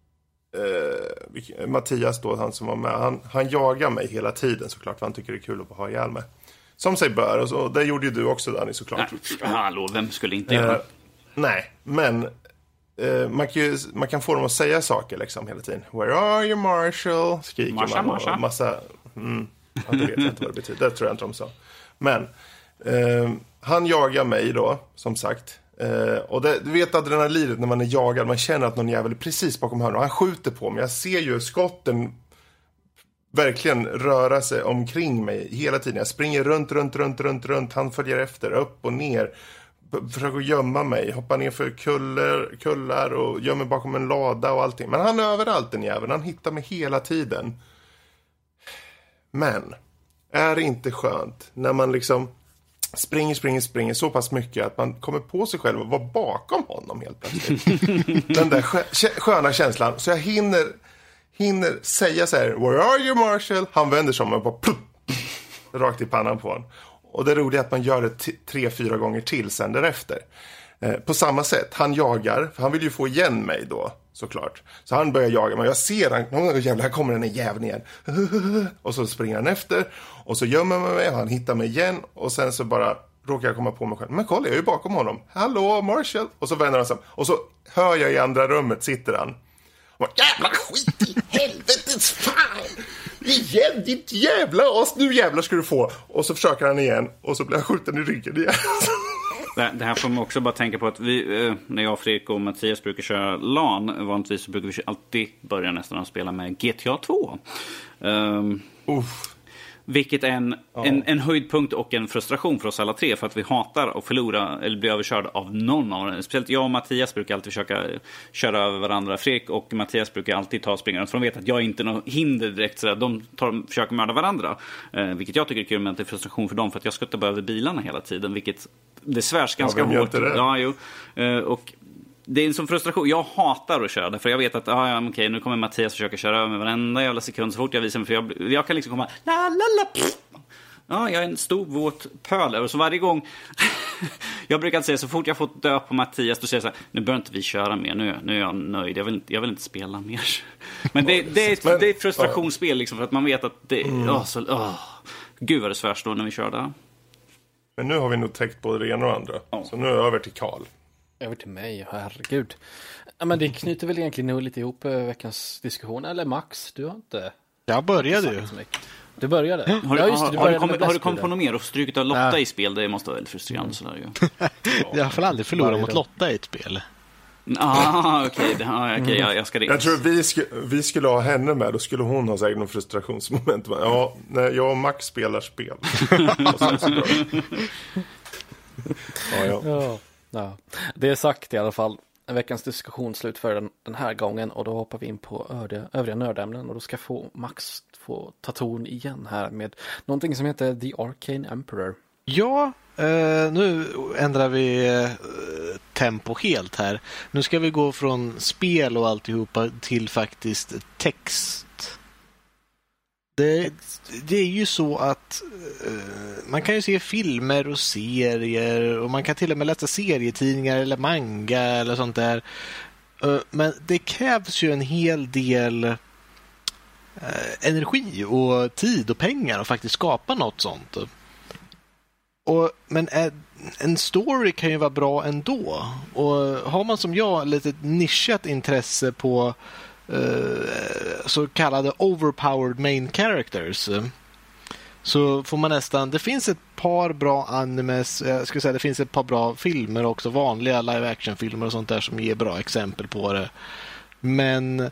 Mattias då, han som var med, han jagar mig hela tiden såklart, för han tycker det är kul att ha ihjäl mig. Som sig bör, och så, det gjorde ju du också, Danny, såklart. Hallå, vem skulle inte göra? Nej, men man kan få dem att säga saker liksom hela tiden. Where are you, Marshall? Skriker man. Massa... det vet jag inte vad det betyder. Det tror jag inte de sa. Men han jagar mig då, som sagt. Och du vet adrenalinet när man är jagad. Man känner att någon jävel är precis bakom hörnet. Han skjuter på mig. Jag ser ju skotten verkligen röra sig omkring mig hela tiden. Jag springer runt. Han följer efter, upp och ner. Försöker gömma mig. Hoppar ner för kullar och gömmer bakom en lada och allting. Men han är överallt, den jäveln. Han hittar mig hela tiden. Men är det inte skönt när man liksom springer så pass mycket att man kommer på sig själv och vara bakom honom helt plötsligt. Den där sköna känslan. Så jag hinner säga så här: Where are you, Marshall? Han vänder sig om och bara plupp, rakt i pannan på honom. Och det roliga är att man gör det 3-4 gånger till sen därefter. På samma sätt, han jagar, för han vill ju få igen mig då, såklart. Så han börjar jaga, men jag ser han, jävlar, här kommer den här jäveln igen. Och så springer han efter, och så gömmer man mig, och han hittar mig igen, och sen så bara råkar jag komma på mig själv. Men kolla, jag är ju bakom honom. Hallå, Marshall. Och så vänder han sig, och så hör jag i andra rummet sitter han. Och jävla skit i helvetets fan! Igen, ditt jävla as, nu jävlar ska du få. Och så försöker han igen, och så blir han skjuten i ryggen igen. Det här får man också bara tänka på att vi, när jag, Fredrik och Mattias brukar köra LAN, vanligtvis så brukar vi alltid börja nästan att spela med GTA 2. Vilket är en höjdpunkt och en frustration för oss alla tre, för att vi hatar att förlora eller bli överkörd av någon av dem. Speciellt jag och Mattias brukar alltid försöka köra över varandra. Fredrik och Mattias brukar alltid ta och springa, för de vet att jag inte är något hinder direkt, så de försöker mörda varandra. Vilket jag tycker är kul, men det är frustration för dem, för att jag skuttar bara över bilarna hela tiden, vilket det svärs ganska hårt. Och det är en sån frustration. Jag hatar att köra, för jag vet att okej, nu kommer Mattias försöka köra över mig varenda jävla sekund så fort jag visar mig, för jag kan liksom komma jag är en stor våt pöl. Och så varje gång jag brukar säga, så fort jag fått dö på Mattias, då säger jag så här: nu bör inte vi köra mer, nu är jag nöjd, jag vill inte spela mer. Men det är ett frustrationsspel liksom, för att man vet att det gud vad det svärs då när vi kör där. Men nu har vi nog täckt både det ena och andra. Så nu är jag över till Karl. Över till mig, herregud. Men det knyter väl egentligen nog lite ihop veckans diskussion. Eller Max, du har inte... Jag började ju. Du började? Har du kommit på något mer och strukit av Lotta i spel? Det måste vara väldigt frustrerande sådär ju. Jag har för aldrig förlorat mot Lotta i ett spel. Okej. Jag ska ringa. Jag tror vi skulle ha henne med. Då skulle hon ha säkert någon frustrationsmoment. Ja, när jag och Max spelar spel. Ja. Det är sagt i alla fall. Veckans diskussion slut för den här gången, och då hoppar vi in på övriga nördämnen, och då ska Max få ta ton igen här med någonting som heter The Arcane Emperor. Ja, nu ändrar vi tempo helt här. Nu ska vi gå från spel och alltihopa till faktiskt text. Det är ju så att man kan ju se filmer och serier, och man kan till och med läsa serietidningar eller manga eller sånt där. Men det krävs ju en hel del energi och tid och pengar att faktiskt skapa något sånt. Men en story kan ju vara bra ändå. Och har man som jag lite nischat intresse på så kallade overpowered main characters, så får man nästan... Det finns ett par bra animes, jag skulle säga det finns ett par bra filmer också, vanliga live action filmer och sånt där som ger bra exempel på det. Men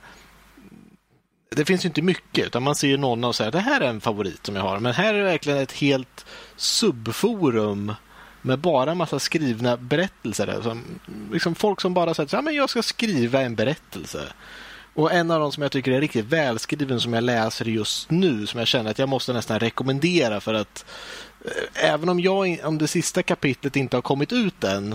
det finns ju inte mycket, utan man ser ju någon och säger det här är en favorit som jag har. Men här är det verkligen ett helt subforum med bara en massa skrivna berättelser. Som, liksom folk som bara säger men jag ska skriva en berättelse. Och en av dem som jag tycker är riktigt välskriven, som jag läser just nu, som jag känner att jag måste nästan rekommendera, för att även om det sista kapitlet inte har kommit ut än,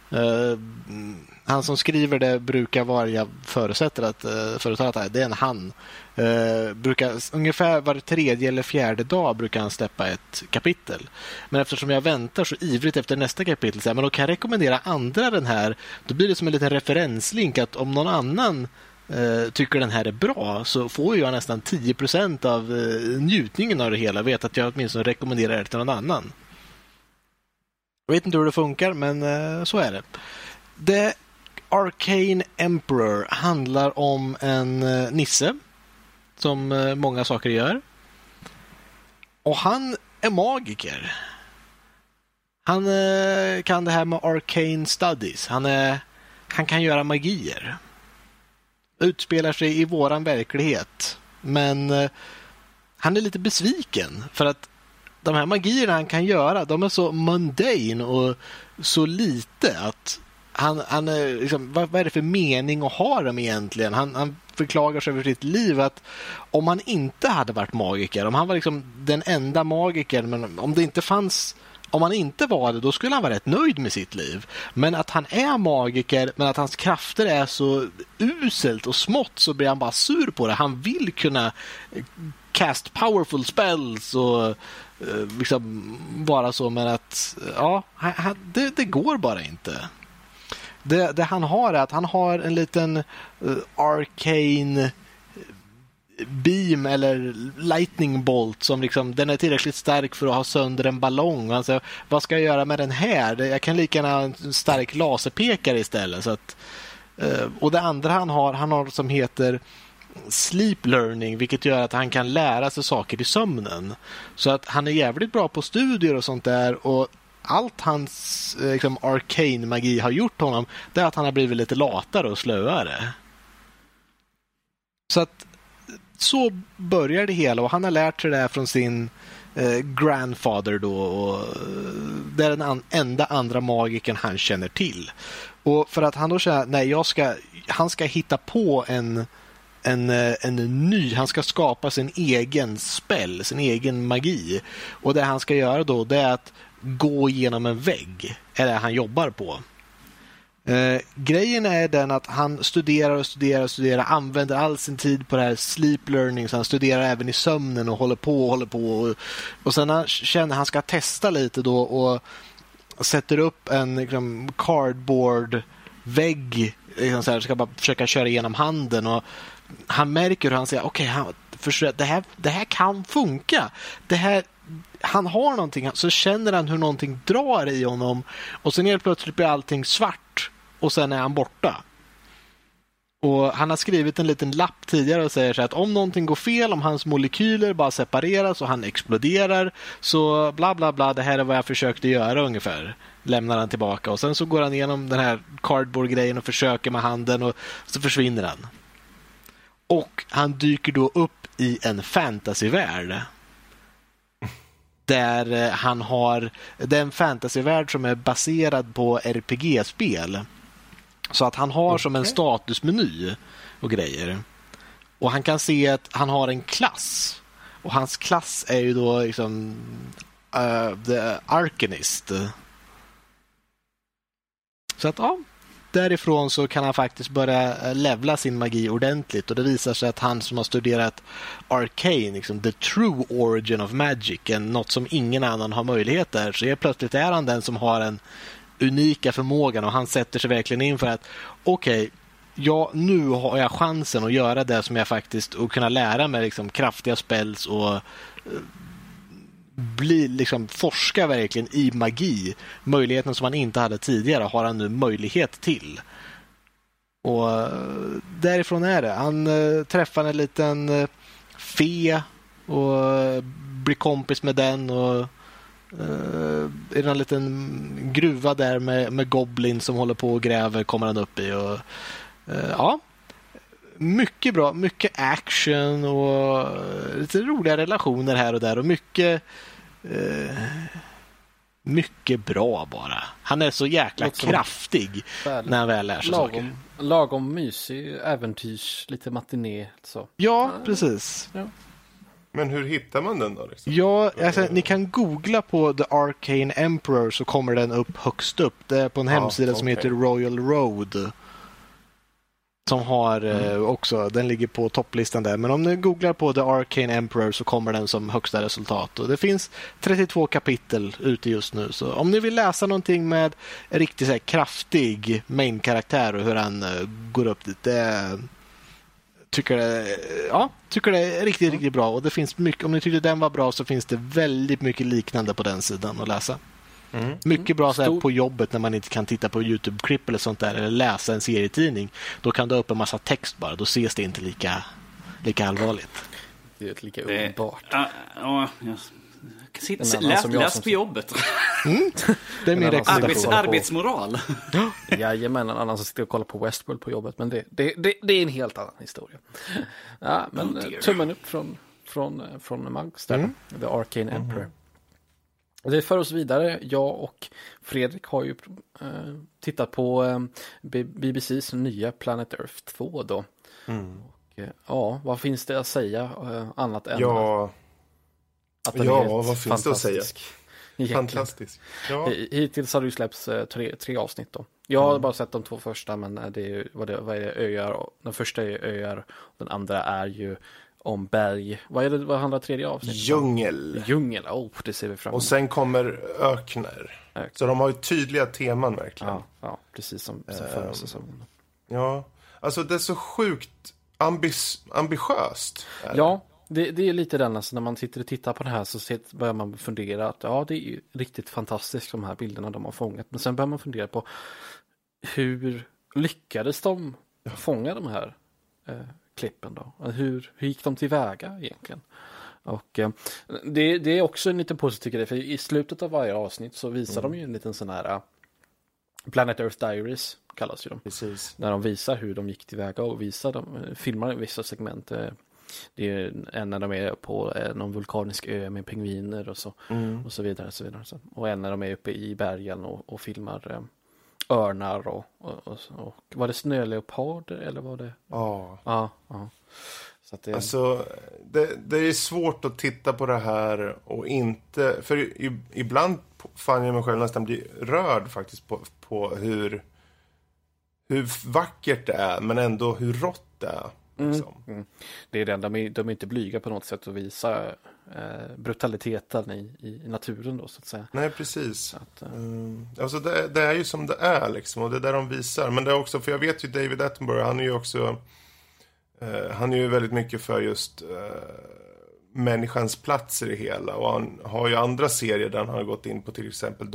han som skriver det brukar vara, jag förutsätter att det är en han, brukar ungefär var tredje eller fjärde dag brukar han släppa ett kapitel. Men eftersom jag väntar så ivrigt efter nästa kapitel, så här, men då kan jag rekommendera andra den här, då blir det som en liten referenslink, att om någon annan tycker den här är bra, så får jag nästan 10% av njutningen av det hela. Vet att jag åtminstone rekommenderar det till någon annan. Jag vet inte hur det funkar, men så är det. The Arcane Emperor handlar om en nisse som många saker gör. Och han är magiker. Han kan det här med arcane studies. Han kan göra magier. Utspelar sig i våran verklighet. Men han är lite besviken, för att de här magierna han kan göra, de är så mundane och så lite att han är liksom, vad är det för mening att ha dem egentligen? Han förklagar sig över sitt liv att om han inte hade varit magiker, om han var liksom den enda magikern, men om det inte fanns om han inte var det, då skulle han vara rätt nöjd med sitt liv. Men att han är magiker, men att hans krafter är så uselt och smått, så blir han bara sur på det. Han vill kunna cast powerful spells och liksom vara så, men att det går bara inte. Det han har är att han har en liten arcane beam eller lightning bolt som liksom, den är tillräckligt stark för att ha sönder en ballong. Alltså, vad ska jag göra med den här? Jag kan lika gärna ha en stark laserpekare istället. Så att, och det andra han har som heter sleep learning, vilket gör att han kan lära sig saker i sömnen. Så att han är jävligt bra på studier och sånt där, och allt hans liksom arcane magi har gjort honom, det är att han har blivit lite latare och slöare. Så att så börjar det hela, och han har lärt sig det här från sin grandfather då, och det är den enda andra magiken han känner till. Och för att han då känner, nej, han ska hitta på en ny, han ska skapa sin egen spell, sin egen magi. Och det han ska göra då, det är att gå igenom en vägg, är det han jobbar på. Grejen är den att han studerar, använder all sin tid på det här sleep learning, så han studerar även i sömnen och håller på och sen han känner han ska testa lite då, och sätter upp en liksom cardboard vägg liksom så här, ska bara försöka köra igenom handen, och han märker hur han säger okej, det här kan funka. Det här, han har någonting, så känner han hur någonting drar i honom, och sen helt plötsligt blir allting svart, och sen är han borta. Och han har skrivit en liten lapp tidigare och säger så att om någonting går fel, om hans molekyler bara separeras och han exploderar, så bla bla bla, det här är vad jag försökte göra ungefär. Lämnar han tillbaka, och sen så går han igenom den här cardboard-grejen och försöker med handen, och så försvinner han. Och han dyker då upp i en fantasyvärld. Där han har den fantasyvärld som är baserad på RPG-spel. Så att han har som en statusmeny och grejer. Och han kan se att han har en klass. Och hans klass är ju då liksom The Arcanist. Så att därifrån så kan han faktiskt börja levla sin magi ordentligt, och det visar sig att han som har studerat Arcane, liksom the true origin of magic, något som ingen annan har möjlighet där, så är plötsligt är han den som har en unika förmågan, och han sätter sig verkligen in för att nu har jag chansen att göra det som jag faktiskt, och kunna lära mig liksom kraftiga spells och forska verkligen i magi. Möjligheten som han inte hade tidigare har han nu möjlighet till. Och därifrån är det. Han träffar en liten fe och blir kompis med den, och i en liten gruva där med goblin som håller på och gräver kommer han upp i, och mycket bra, mycket action och lite roliga relationer här och där, och mycket bra bara. Han är så jäkla kraftig när han väl lär sig saker. Lagom mysig, äventyrs, lite matiné så. Ja, precis. Ja. Men hur hittar man den då? Liksom? Ja, alltså, ni kan googla på The Arcane Emperor, så kommer den upp högst upp. Det är på en hemsida som heter Royal Road. Som har också, den ligger på topplistan där. Men om ni googlar på The Arcane Emperor så kommer den som högsta resultat. Och det finns 32 kapitel ute just nu. Så om ni vill läsa någonting med riktigt så här kraftig main-karaktär och hur han går upp dit, tycker det är riktigt bra. Och det finns mycket, om ni tyckte den var bra, så finns det väldigt mycket liknande på den sidan att läsa. Mycket bra så här på jobbet när man inte kan titta på YouTube-klipp eller sånt där, eller läsa en serietidning. Då kan du ha upp en massa text bara. Då ses det inte lika allvarligt. Det är lika underbart. Läs på jobbet. Det är min rekommendation. Arbetsmoral. Jajamän, en annan som sitter och kollar på Westworld på jobbet. Men det är en helt annan historia. Ja, men tummen upp från Mags där. The Arcane Emperor. Det för oss vidare. Jag och Fredrik har ju tittat på BBCs nya Planet Earth 2 då. Och, vad finns det att säga annat än att den är vad finns det att säga? Fantastiskt. Ja. Hittills har det ju släppts tre avsnitt då. Jag har bara sett de 2 första, men det är ju, vad är det, öar. Den första är öar, den andra är ju om berg. Vad handlar tredje avsnitt? Djungel. Det ser vi fram emot. Och sen kommer ökner. Så de har ju tydliga teman verkligen. Ja, precis som förra säsongen. Ja, alltså det är så sjukt ambitiöst. Ja, det är lite den, alltså, när man sitter och tittar på det här så börjar man fundera att det är ju riktigt fantastiskt de här bilderna de har fångat. Men sen börjar man fundera på hur lyckades de fånga de här klippen då? Hur gick de tillväga egentligen? Och det är också en lite positiv grej, för i slutet av varje avsnitt så visar de ju en liten sån här Planet Earth Diaries kallas ju de. Precis. När de visar hur de gick tillväga och filmar vissa segment. Det är en när de är på någon vulkanisk ö med pingviner och så vidare. Och en när de är uppe i bergen och filmar örnar och var det snöleoparder eller var det? Ja. Så att det... Alltså, det är svårt att titta på det här och inte... För ibland fann jag mig själv nästan bli rörd faktiskt på hur vackert det är, men ändå hur rått det är. Liksom. Det är den, de är inte blyga på något sätt att visa brutaliteten i naturen då, så att säga. Nej, precis. Alltså det är ju som det är liksom, och det är där de visar. Men det är också, för jag vet ju David Attenborough, han är ju också han är ju väldigt mycket för just människans plats i det hela, och han har ju andra serier där han har gått in på till exempel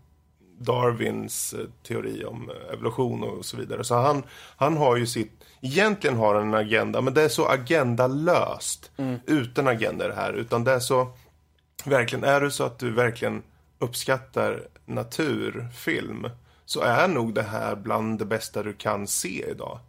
Darwins teori om evolution och så vidare. Så han har ju egentligen har han en agenda, men det är så agendalöst utan agender här, utan det är så verkligen, är det så att du verkligen uppskattar naturfilm, så är nog det här bland det bästa du kan se idag.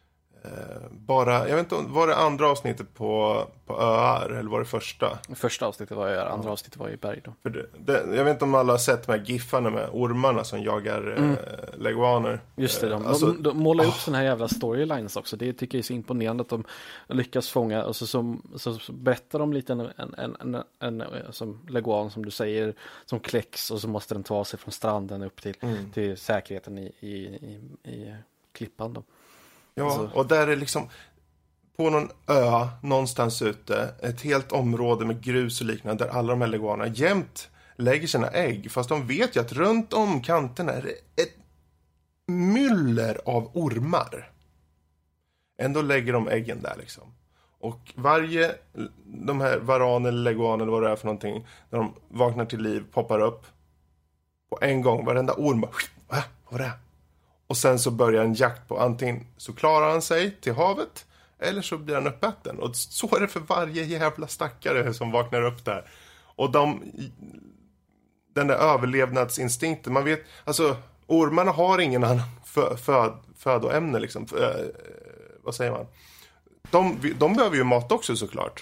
Jag vet inte, var det andra avsnittet på öar eller var det första? Första avsnittet var öar, andra avsnittet var i berg då. För jag vet inte om alla har sett de här giffarna med ormarna som jagar leguaner. Just det, de målar upp såna här jävla storylines också. Det tycker jag är så imponerande att de lyckas fånga, och så berättar de lite en som leguan som du säger, som kläcks, och så måste den ta sig från stranden upp till säkerheten i klippan då. Ja, och där är liksom på någon ö någonstans ute, ett helt område med grus och liknande, där alla de här leguanerna jämt lägger sina ägg, fast de vet ju att runt om kanterna är det ett myller av ormar. Ändå lägger de äggen där liksom. Och de här varan eller leguan eller vad det är för någonting, när de vaknar till liv, poppar upp på en gång, varenda orm bara, vad är det? Och sen så börjar en jakt på, antingen så klarar han sig till havet, eller så blir han uppäten. Och så är det för varje jävla stackare som vaknar upp där. Och den där överlevnadsinstinkten, man vet, alltså ormarna har ingen annan födoämne liksom. Vad säger man? De behöver ju mat också såklart.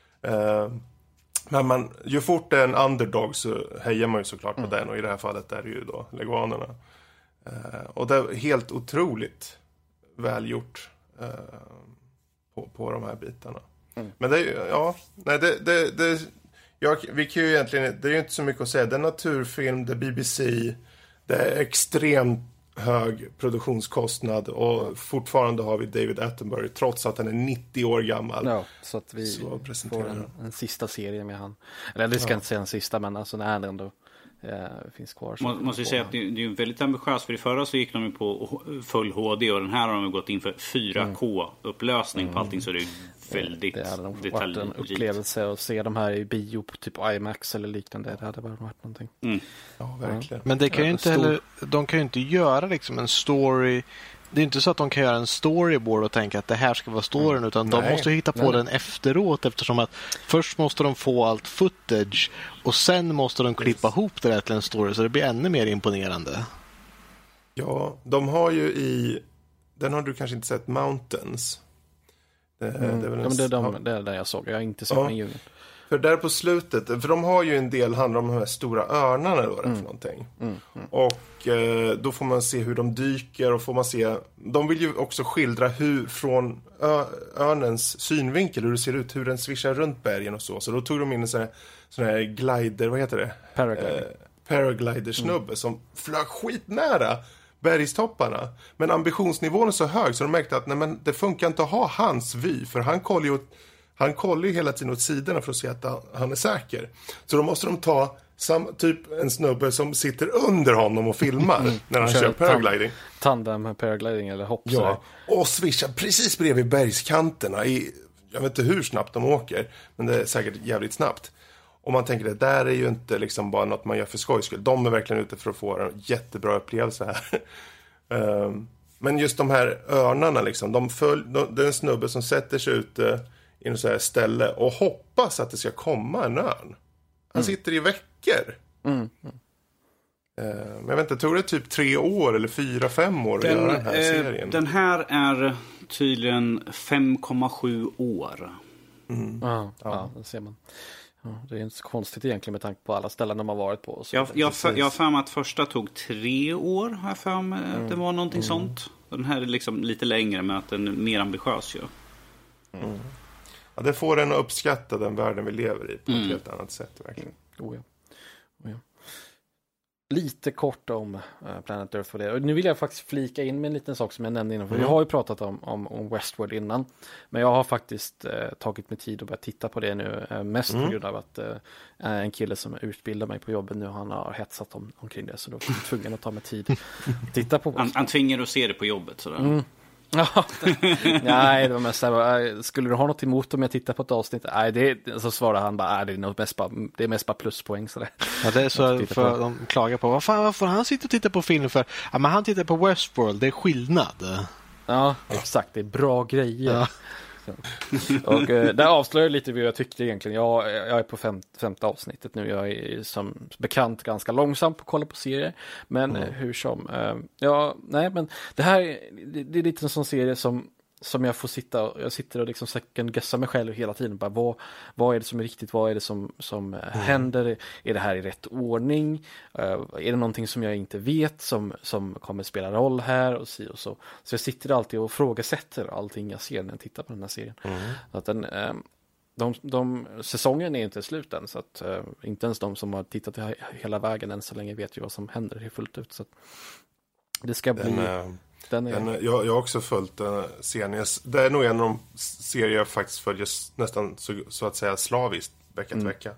Men ju fort det är en underdog så hejar man ju såklart på den. Och i det här fallet är det ju då leguanerna. Och det är helt otroligt välgjort på de här bitarna. Men det är ju, vi kan ju egentligen, det är ju inte så mycket att säga. Det är naturfilm, det är BBC, det är extremt hög produktionskostnad, och fortfarande har vi David Attenborough trots att han är 90 år gammal. Ja, så att vi får en sista serie med han. Eller det ska jag inte säga en sista, men alltså när han ändå finns kvar. Måste ju säga att det är väldigt ambitiöst, för i förra så gick de ju på full HD, och den här har de gått in för 4K-upplösning på allting, så det är väldigt det hade nog varit en upplevelse att se de här i bio på typ IMAX eller liknande. Det hade varit någonting. Ja, verkligen. Men det kan ju inte heller, de kan ju inte göra liksom en story. Det är inte så att de kan göra en storyboard och tänka att det här ska vara storyn, utan de måste hitta på den efteråt, eftersom att först måste de få allt footage och sen måste de klippa ihop det där till en story, så det blir ännu mer imponerande. Ja, de har ju den har du kanske inte sett, Mountains. Det är där jag såg. Jag har inte sett den i djungeln. För där på slutet, för de har ju en del, handlar om de här stora örnarna då, för någonting. Och då får man se hur de dyker och får man se, de vill ju också skildra hur från örnens synvinkel, hur det ser ut, hur den svischar runt bergen och så då tog de in en sån här glider, vad heter det? Paraglider-snubbe som flög skitnära bergstopparna. Men ambitionsnivån är så hög så de märkte att det funkar inte att ha hans vy, för han kollar ju hela tiden åt sidorna för att se att han är säker. Så då måste de ta typ en snubbe som sitter under honom och filmar när han kör paragliding. Tandem paragliding eller hopp. Ja, och swisha precis bredvid bergskanterna jag vet inte hur snabbt de åker, men det är säkert jävligt snabbt. Och man tänker, det där är ju inte liksom bara något man gör för skojs skull. De är verkligen ute för att få en jättebra upplevelse här. Men just de här örnarna liksom, det är en snubbe som sätter sig ute i en så här ställe och hoppas att det ska komma en örn. Han sitter i veckor. Men jag vet inte, tror det är typ 3 år eller 4-5 år att göra den här serien. Den här är tydligen 5,7 år. Ja, det ser man. Ja, det är inte så konstigt egentligen med tanke på alla ställen de har varit på. Så jag har för mig att första tog 3 år. Har jag för mig att det var någonting sånt. Och den här är liksom lite längre, men att den är mer ambitiös ju. Ja, det får en att uppskatta den världen vi lever i på ett helt annat sätt verkligen. Oh ja. Lite kort om Planet Earth för det. Och nu vill jag faktiskt flika in med en liten sak som jag nämnde innan. För vi har ju pratat om Westworld innan. Men jag har faktiskt tagit mig tid att börja titta på det nu. Mest på grund av att en kille som utbildar mig på jobbet nu, han har hetsat omkring det. Så då var jag tvungen att ta mig tid att titta på. Han tvingar att se det på jobbet sådär. Nej, det var mest såhär, skulle du ha något emot om jag tittar på ett avsnitt? Nej, så svarade han bara, det är mest bara pluspoäng sådär. Ja, det är så för de klagar på, varför han sitter och tittar på film för? Ja, men han tittar på Westworld, det är skillnad. Ja, exakt, det är bra grejer. Ja. Och där avslöjar lite vad jag tyckte egentligen. Jag är på femte avsnittet nu. Jag är som bekant ganska långsam på att kolla på serier. Men hur som. Men det här det är lite en sån serie som jag får jag sitter och liksom second-guessar mig själv hela tiden. Bara, vad är det som är riktigt? Vad är det som händer? Är det här i rätt ordning? Är det någonting som jag inte vet som kommer spela roll här? Och så. Så jag sitter alltid och frågasätter allting jag ser när jag tittar på den här serien. Så att säsongen är inte slut än. Så att inte ens de som har tittat hela vägen än så länge vet ju vad som händer fullt ut. Så att det ska bli... Jag har också följt serien. Det är nog en av de serier jag faktiskt följer nästan så att säga slaviskt vecka till vecka.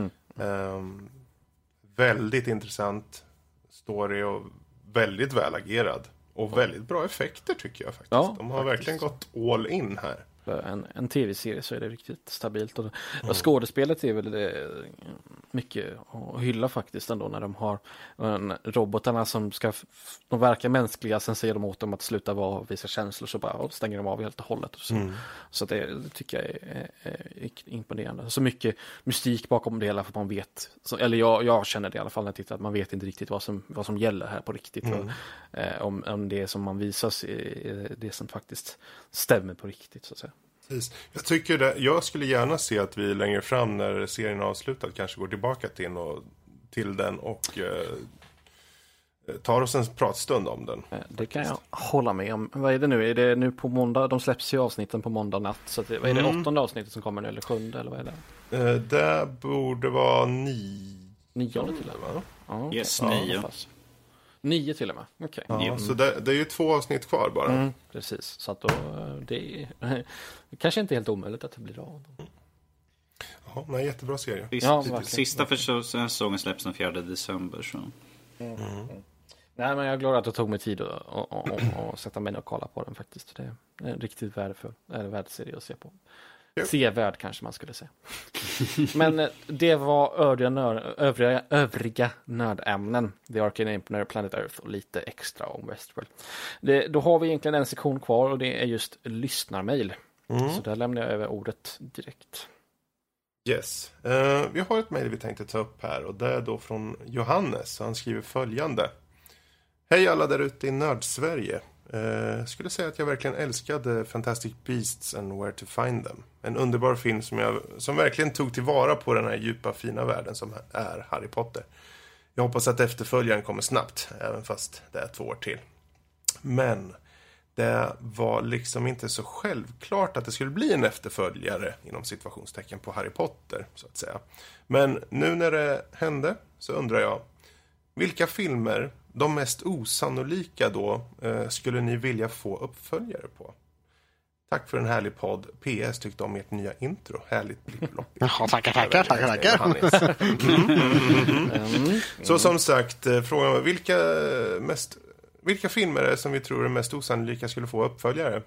Väldigt intressant story och väldigt väl agerad. Och väldigt bra effekter tycker jag faktiskt. Ja, de har verkligen gått all in här. En tv-serie så är det riktigt stabilt. Och skådespelet är väl mycket att hylla faktiskt ändå när de har robotarna som de verkar mänskliga, sen säger de åt dem att sluta visa känslor så bara stänger de av helt och hållet. Och så det tycker jag är imponerande. Så mycket mystik bakom det hela för man vet, eller jag känner det i alla fall när jag tittar, att man vet inte riktigt vad som gäller här på riktigt. Om det som man visas är det som faktiskt stämmer på riktigt så att säga. Jag tycker jag skulle gärna se att vi längre fram när serien är avslutad kanske går tillbaka till den och tar oss en pratstund om den. Det kan jag hålla med om. Vad är det nu? Är det nu på måndag? De släpps ju avsnitten på måndag natt. Så vad är det 8:e avsnittet som kommer nu eller 7:e eller vad är det? Det borde vara 9 till och med. Ja. Yes, 9. 9 till och med, okej. Ja, så det är ju 2 avsnitt kvar bara. Precis, så att då det är kanske inte helt omöjligt att det blir av. Ja, nej, jättebra serie. Sista säsongen släpps den 4 december. Så. Nej, men jag är glad att jag tog mig tid och sätta mig och kolla på den faktiskt. Det är en riktigt värd serie att se på. Sevärd kanske man skulle säga. Men det var övriga nördämnen. The Arcane Empire, Planet Earth och lite extra om Westworld. Då har vi egentligen en sektion kvar och det är just lyssnarmail. Så där lämnar jag över ordet direkt. Yes. Vi har ett mejl vi tänkte ta upp här och det är då från Johannes. Han skriver följande. Hej alla där ute i Nördsverige. skulle säga att jag verkligen älskade Fantastic Beasts and Where to Find Them. En underbar film som verkligen tog tillvara på den här djupa, fina världen som är Harry Potter. Jag hoppas att efterföljaren kommer snabbt, även fast det är 2 år till. Men det var liksom inte så självklart att det skulle bli en efterföljare inom situationstecken på Harry Potter, så att säga. Men nu när det hände så undrar jag, vilka filmer, de mest osannolika då, skulle ni vilja få uppföljare på? Tack för en härlig podd. PS tyckte om ert nya intro. Härligt blipplopp. Jaha, tackar. Så som sagt, frågan var vilka filmer är det som vi tror är mest osannolika skulle få uppföljare?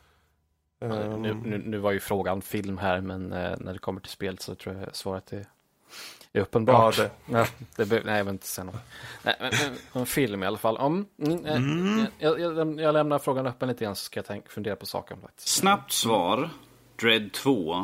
Nu var ju frågan film här, men när det kommer till spel så tror jag svaret är uppenbart. Ja, nej, jag vill inte säga något. Nej, men en film i alla fall. Jag lämnar frågan öppen lite grann, så ska jag fundera på saken. Snabbt svar. Dread 2.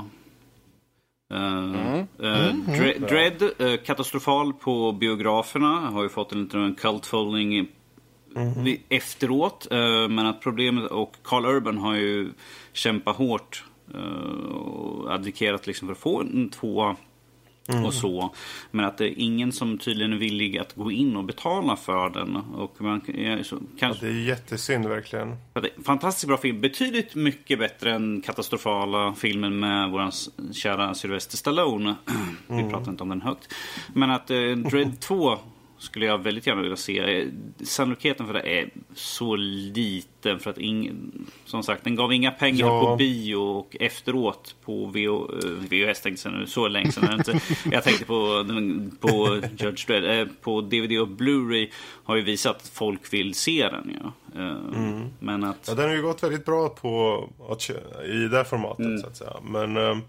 Dread, katastrofal på biograferna. Har ju fått en liten cult-following efteråt. Men att problemet, och Carl Urban har ju kämpat hårt och advokerat liksom för att få en 2 och så, men att det är ingen som tydligen är villig att gå in och betala för den, och man kanske, det är jättesynd verkligen. Fantastiskt bra film, betydligt mycket bättre än katastrofala filmen med våran kära Sylvester Stallone. Vi pratar inte om den högt, men att Dread 2 skulle jag väldigt gärna vilja se. Sannolikheten för det är så liten, för att som sagt, den gav inga pengar på bio, och efteråt på VHS tänkte jag nu, så länge sedan. Jag tänkte på Judge Dredd. På DVD och Blu-ray har ju visat att folk vill se den. Ja. Men att... den har ju gått väldigt bra i det här formatet, så att säga. Men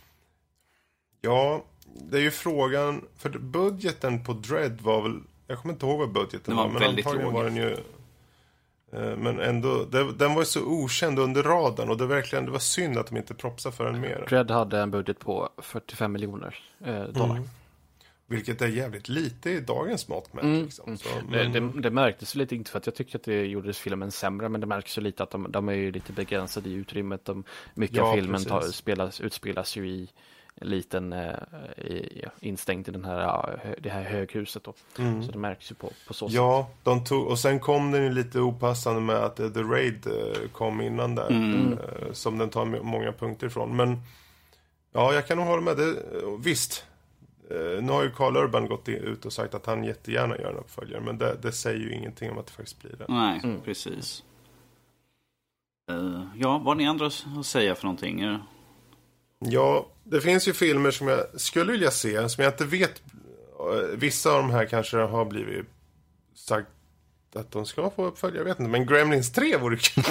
det är ju frågan, för budgeten på Dread var väl, jag kommer inte ihåg vad budgeten var, men antagligen var den ju, men ändå, den var ju så okänd under radarn, och det var synd att de inte propsade för den mer. Dread hade en budget på 45 miljoner dollar. Vilket är jävligt lite i dagens mått mätt. Liksom. Det märktes lite, inte för att jag tyckte att det gjordes filmen sämre, men det märks ju lite att de är ju lite begränsade i utrymmet. Mycket av filmen utspelas ju i liten instängt i det här höghuset då. Så det märks ju på så sätt. Ja, och sen kom den ju lite opassande med att The Raid kom innan där, som den tar många punkter ifrån. Men ja, jag kan nog hålla med det. Visst, nu har ju Carl Urban gått ut och sagt att han jättegärna gör en uppföljare, men det säger ju ingenting om att det faktiskt blir det. Nej, precis. Vad har ni andra att säga för någonting? Ja, det finns ju filmer som jag skulle vilja se, som jag inte vet. Vissa av de här kanske har blivit sagt att de ska få uppföljare, jag vet inte. Men Gremlins 3 vore kul.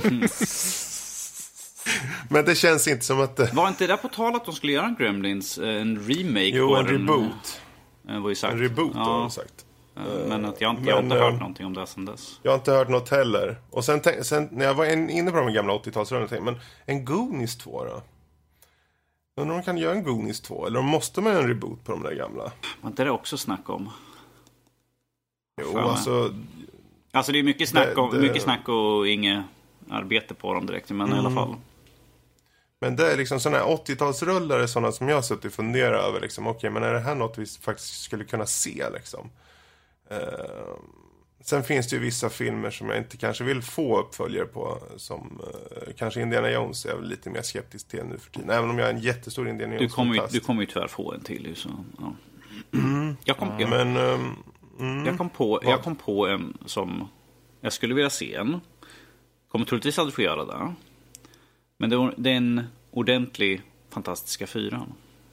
Men det känns inte som att det... Var inte det på tal att de skulle göra en Gremlins, en remake? Jo, en reboot. Var ju sagt. En reboot har de sagt. Men att jag har inte hört någonting om det sedan dess. Jag har inte hört något heller. Och sen när jag var inne på de gamla 80-talsrullarna tänkte men en Goonies 2 då? Men de kan göra en Goonies 2, eller måste man göra en reboot på de där gamla? Men det är också snack om. Jo, alltså det är mycket snack och inget arbete på dem direkt, men i alla fall. Men det är liksom sådana här 80-talsrullar är sådana som jag har suttit och funderat över liksom, okej, men är det här något vi faktiskt skulle kunna se liksom? Sen finns det ju vissa filmer som jag inte kanske vill få uppföljare på, som kanske Indiana Jones är jag lite mer skeptisk till nu för tiden, även om jag är en jättestor Indiana Jones. Du kommer ju tyvärr få en till, så ja. Jag kom på en som jag skulle vilja se en. Kommer troligtvis aldrig få göra det. Men det är en ordentlig Fantastiska 4.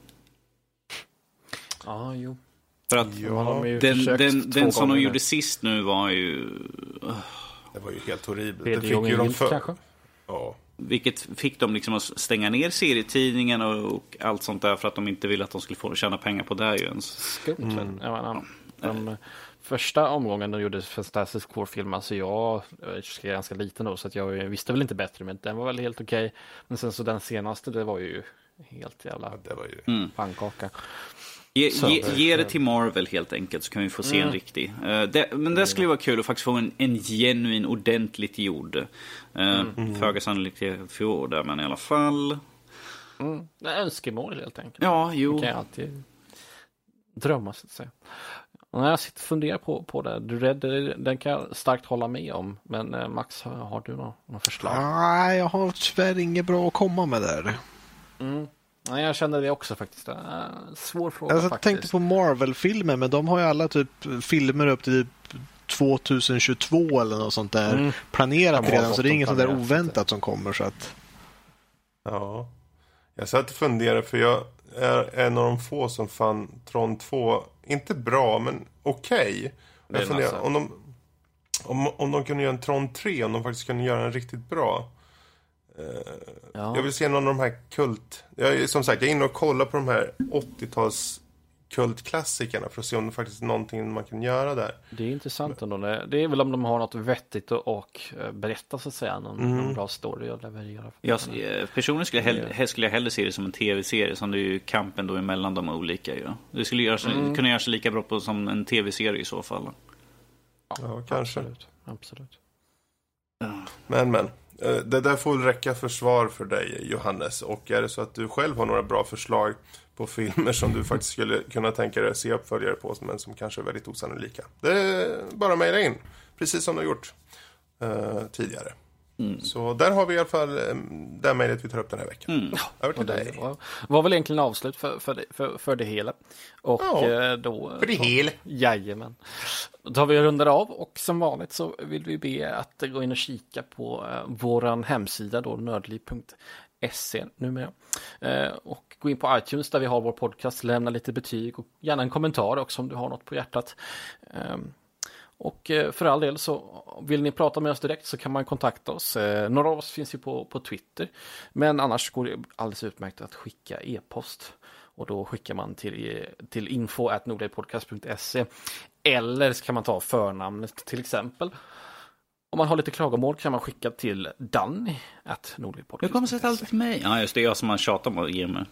Ja, jo. För att den som de gjorde sist nu var ju... Det var ju helt horribelt. Det fick ju de kanske? Ja. Vilket fick dem liksom att stänga ner serietidningen och allt sånt där, för att de inte ville att de skulle få tjäna pengar på det ju ens. Skumt. Första omgången de gjorde Fantastic Four-film, alltså jag är ganska liten då, så att jag visste väl inte bättre, men den var väl helt okej. Men sen så den senaste, det var ju helt jävla det var ju pannkaka. Ge det till Marvel helt enkelt, så kan vi få se en riktig. Men det skulle vara kul att faktiskt få en genuin, ordentligt gjord. Föga sannolikt för år där, men i alla fall. Önskemål helt enkelt. Ja, jo. Man kan alltid drömma, så att säga. Och när jag sitter och funderar på det, den kan jag starkt hålla med om. Men Max, har du några förslag? Nej, jag har tyvärr inget bra att komma med där. Nej, jag känner det också faktiskt. Svår fråga faktiskt. Jag tänkte på Marvel-filmer, men de har ju alla typ filmer upp till 2022 eller något sånt där planerat redan, så det är inget sånt där oväntat som kommer. Så att... Ja, jag satt och funderade, för jag är en av de få som fann Tron 2 inte bra, men okej. Jag funderar om de kunde göra en Tron 3, om de faktiskt kunde göra en riktigt bra. Jag vill se någon av de här som sagt, jag är inne och kollar på de här 80-tals kultklassikerna för att se om det faktiskt är någonting man kan göra där. Det är intressant ändå. Det är väl om de har något vettigt och berätta, så att säga, någon bra story att leverera. Personligen skulle jag hellre se det som en tv-serie, som det är ju kampen då emellan de olika. Ja. Det skulle kunna göra sig lika bra på som en tv-serie i så fall. Ja, kanske. Absolut. Men. Det där får räcka för svar för dig, Johannes. Och är det så att du själv har några bra förslag på filmer som du faktiskt skulle kunna tänka dig att se uppföljare på, men som kanske är väldigt osannolika, det är bara mejla in, precis som du har gjort tidigare. Så där har vi i alla fall det mejlet vi tar upp den här veckan. Över till dig. Var väl egentligen avslut för det hela. Och då... För det hela. Jajamän. Då har vi rundat av, och som vanligt så vill vi be att gå in och kika på våran hemsida då, nördliv.se numera. Och gå in på iTunes där vi har vår podcast, lämna lite betyg och gärna en kommentar också om du har något på hjärtat. Och för all del, så vill ni prata med oss direkt så kan man kontakta oss. Några av oss finns ju på Twitter. Men annars går det alldeles utmärkt att skicka e-post. Och då skickar man till info@nordlivpodcast.se. Eller så kan man ta förnamnet till exempel. Om man har lite klagomål kan man skicka till Danny@nordlivpodcast.se. Jag kommer sätta allt till mig. Ja, just det, jag som har tjatat om att ge mig.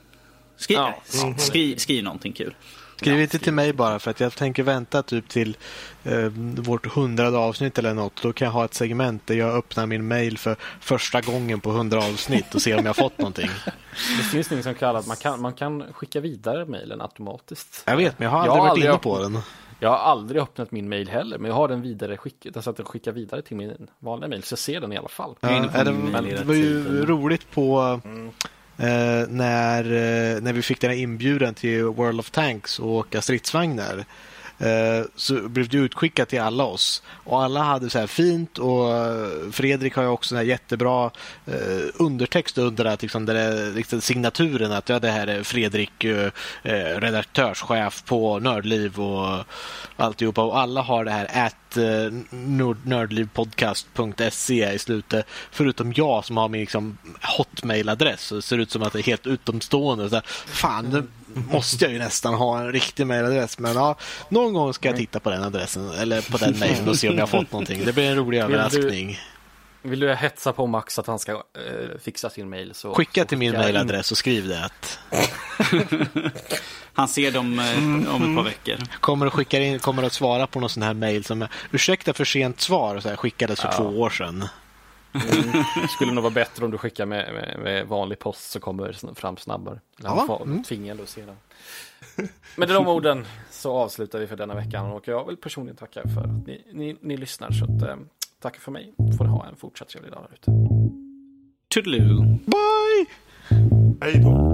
Skriv någonting kul. Skriv inte till mig bara, för att jag tänker vänta typ till vårt 100:e avsnitt eller något. Då kan jag ha ett segment där jag öppnar min mail för första gången på 100 avsnitt och ser om jag har fått någonting. Det finns något som kallas att man kan skicka vidare mailen automatiskt. Jag vet, men jag har aldrig varit inne på den. Jag har aldrig öppnat min mail heller, men jag har den vidare så att den skickar vidare till min vanliga mail, så jag ser den i alla fall. Det var ju roligt på... när vi fick den här inbjudan till World of Tanks och åka stridsvagnar, så blev det utskickat till alla oss, och alla hade så här fint, och Fredrik har ju också den här jättebra undertext under det, liksom, där det är liksom signaturen att det här är Fredrik, redaktörschef på Nördliv och alltihopa, och alla har det här nördlivpodcast.se i slutet, förutom jag som har min liksom hotmail-adress, så det ser ut som att det är helt utomstående. Så där, fan, nu måste jag ju nästan ha en riktig mailadress, men ja, någon gång ska jag titta på den adressen eller på den mailen och se om jag har fått någonting. Det blir en rolig överraskning. Vill du hetsa på Max att han ska fixa sin mail, så skicka till min mailadress och skriv det att han ser dem om ett par veckor. Kommer att svara på någon sån här mail som ursäkta för sent svar, så här, skickades för 2 år sedan. Skulle nog vara bättre om du skickar med vanlig post, så kommer det fram snabbare. Tvinga då sedan. Med de orden så avslutar vi för denna veckan, och jag vill personligen tacka för att ni lyssnar, så att, tack för mig. Får ni ha en fortsatt trevlig dag där ute. Toodaloo. Bye! Hej då.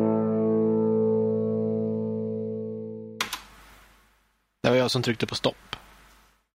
Som tryckte på stopp.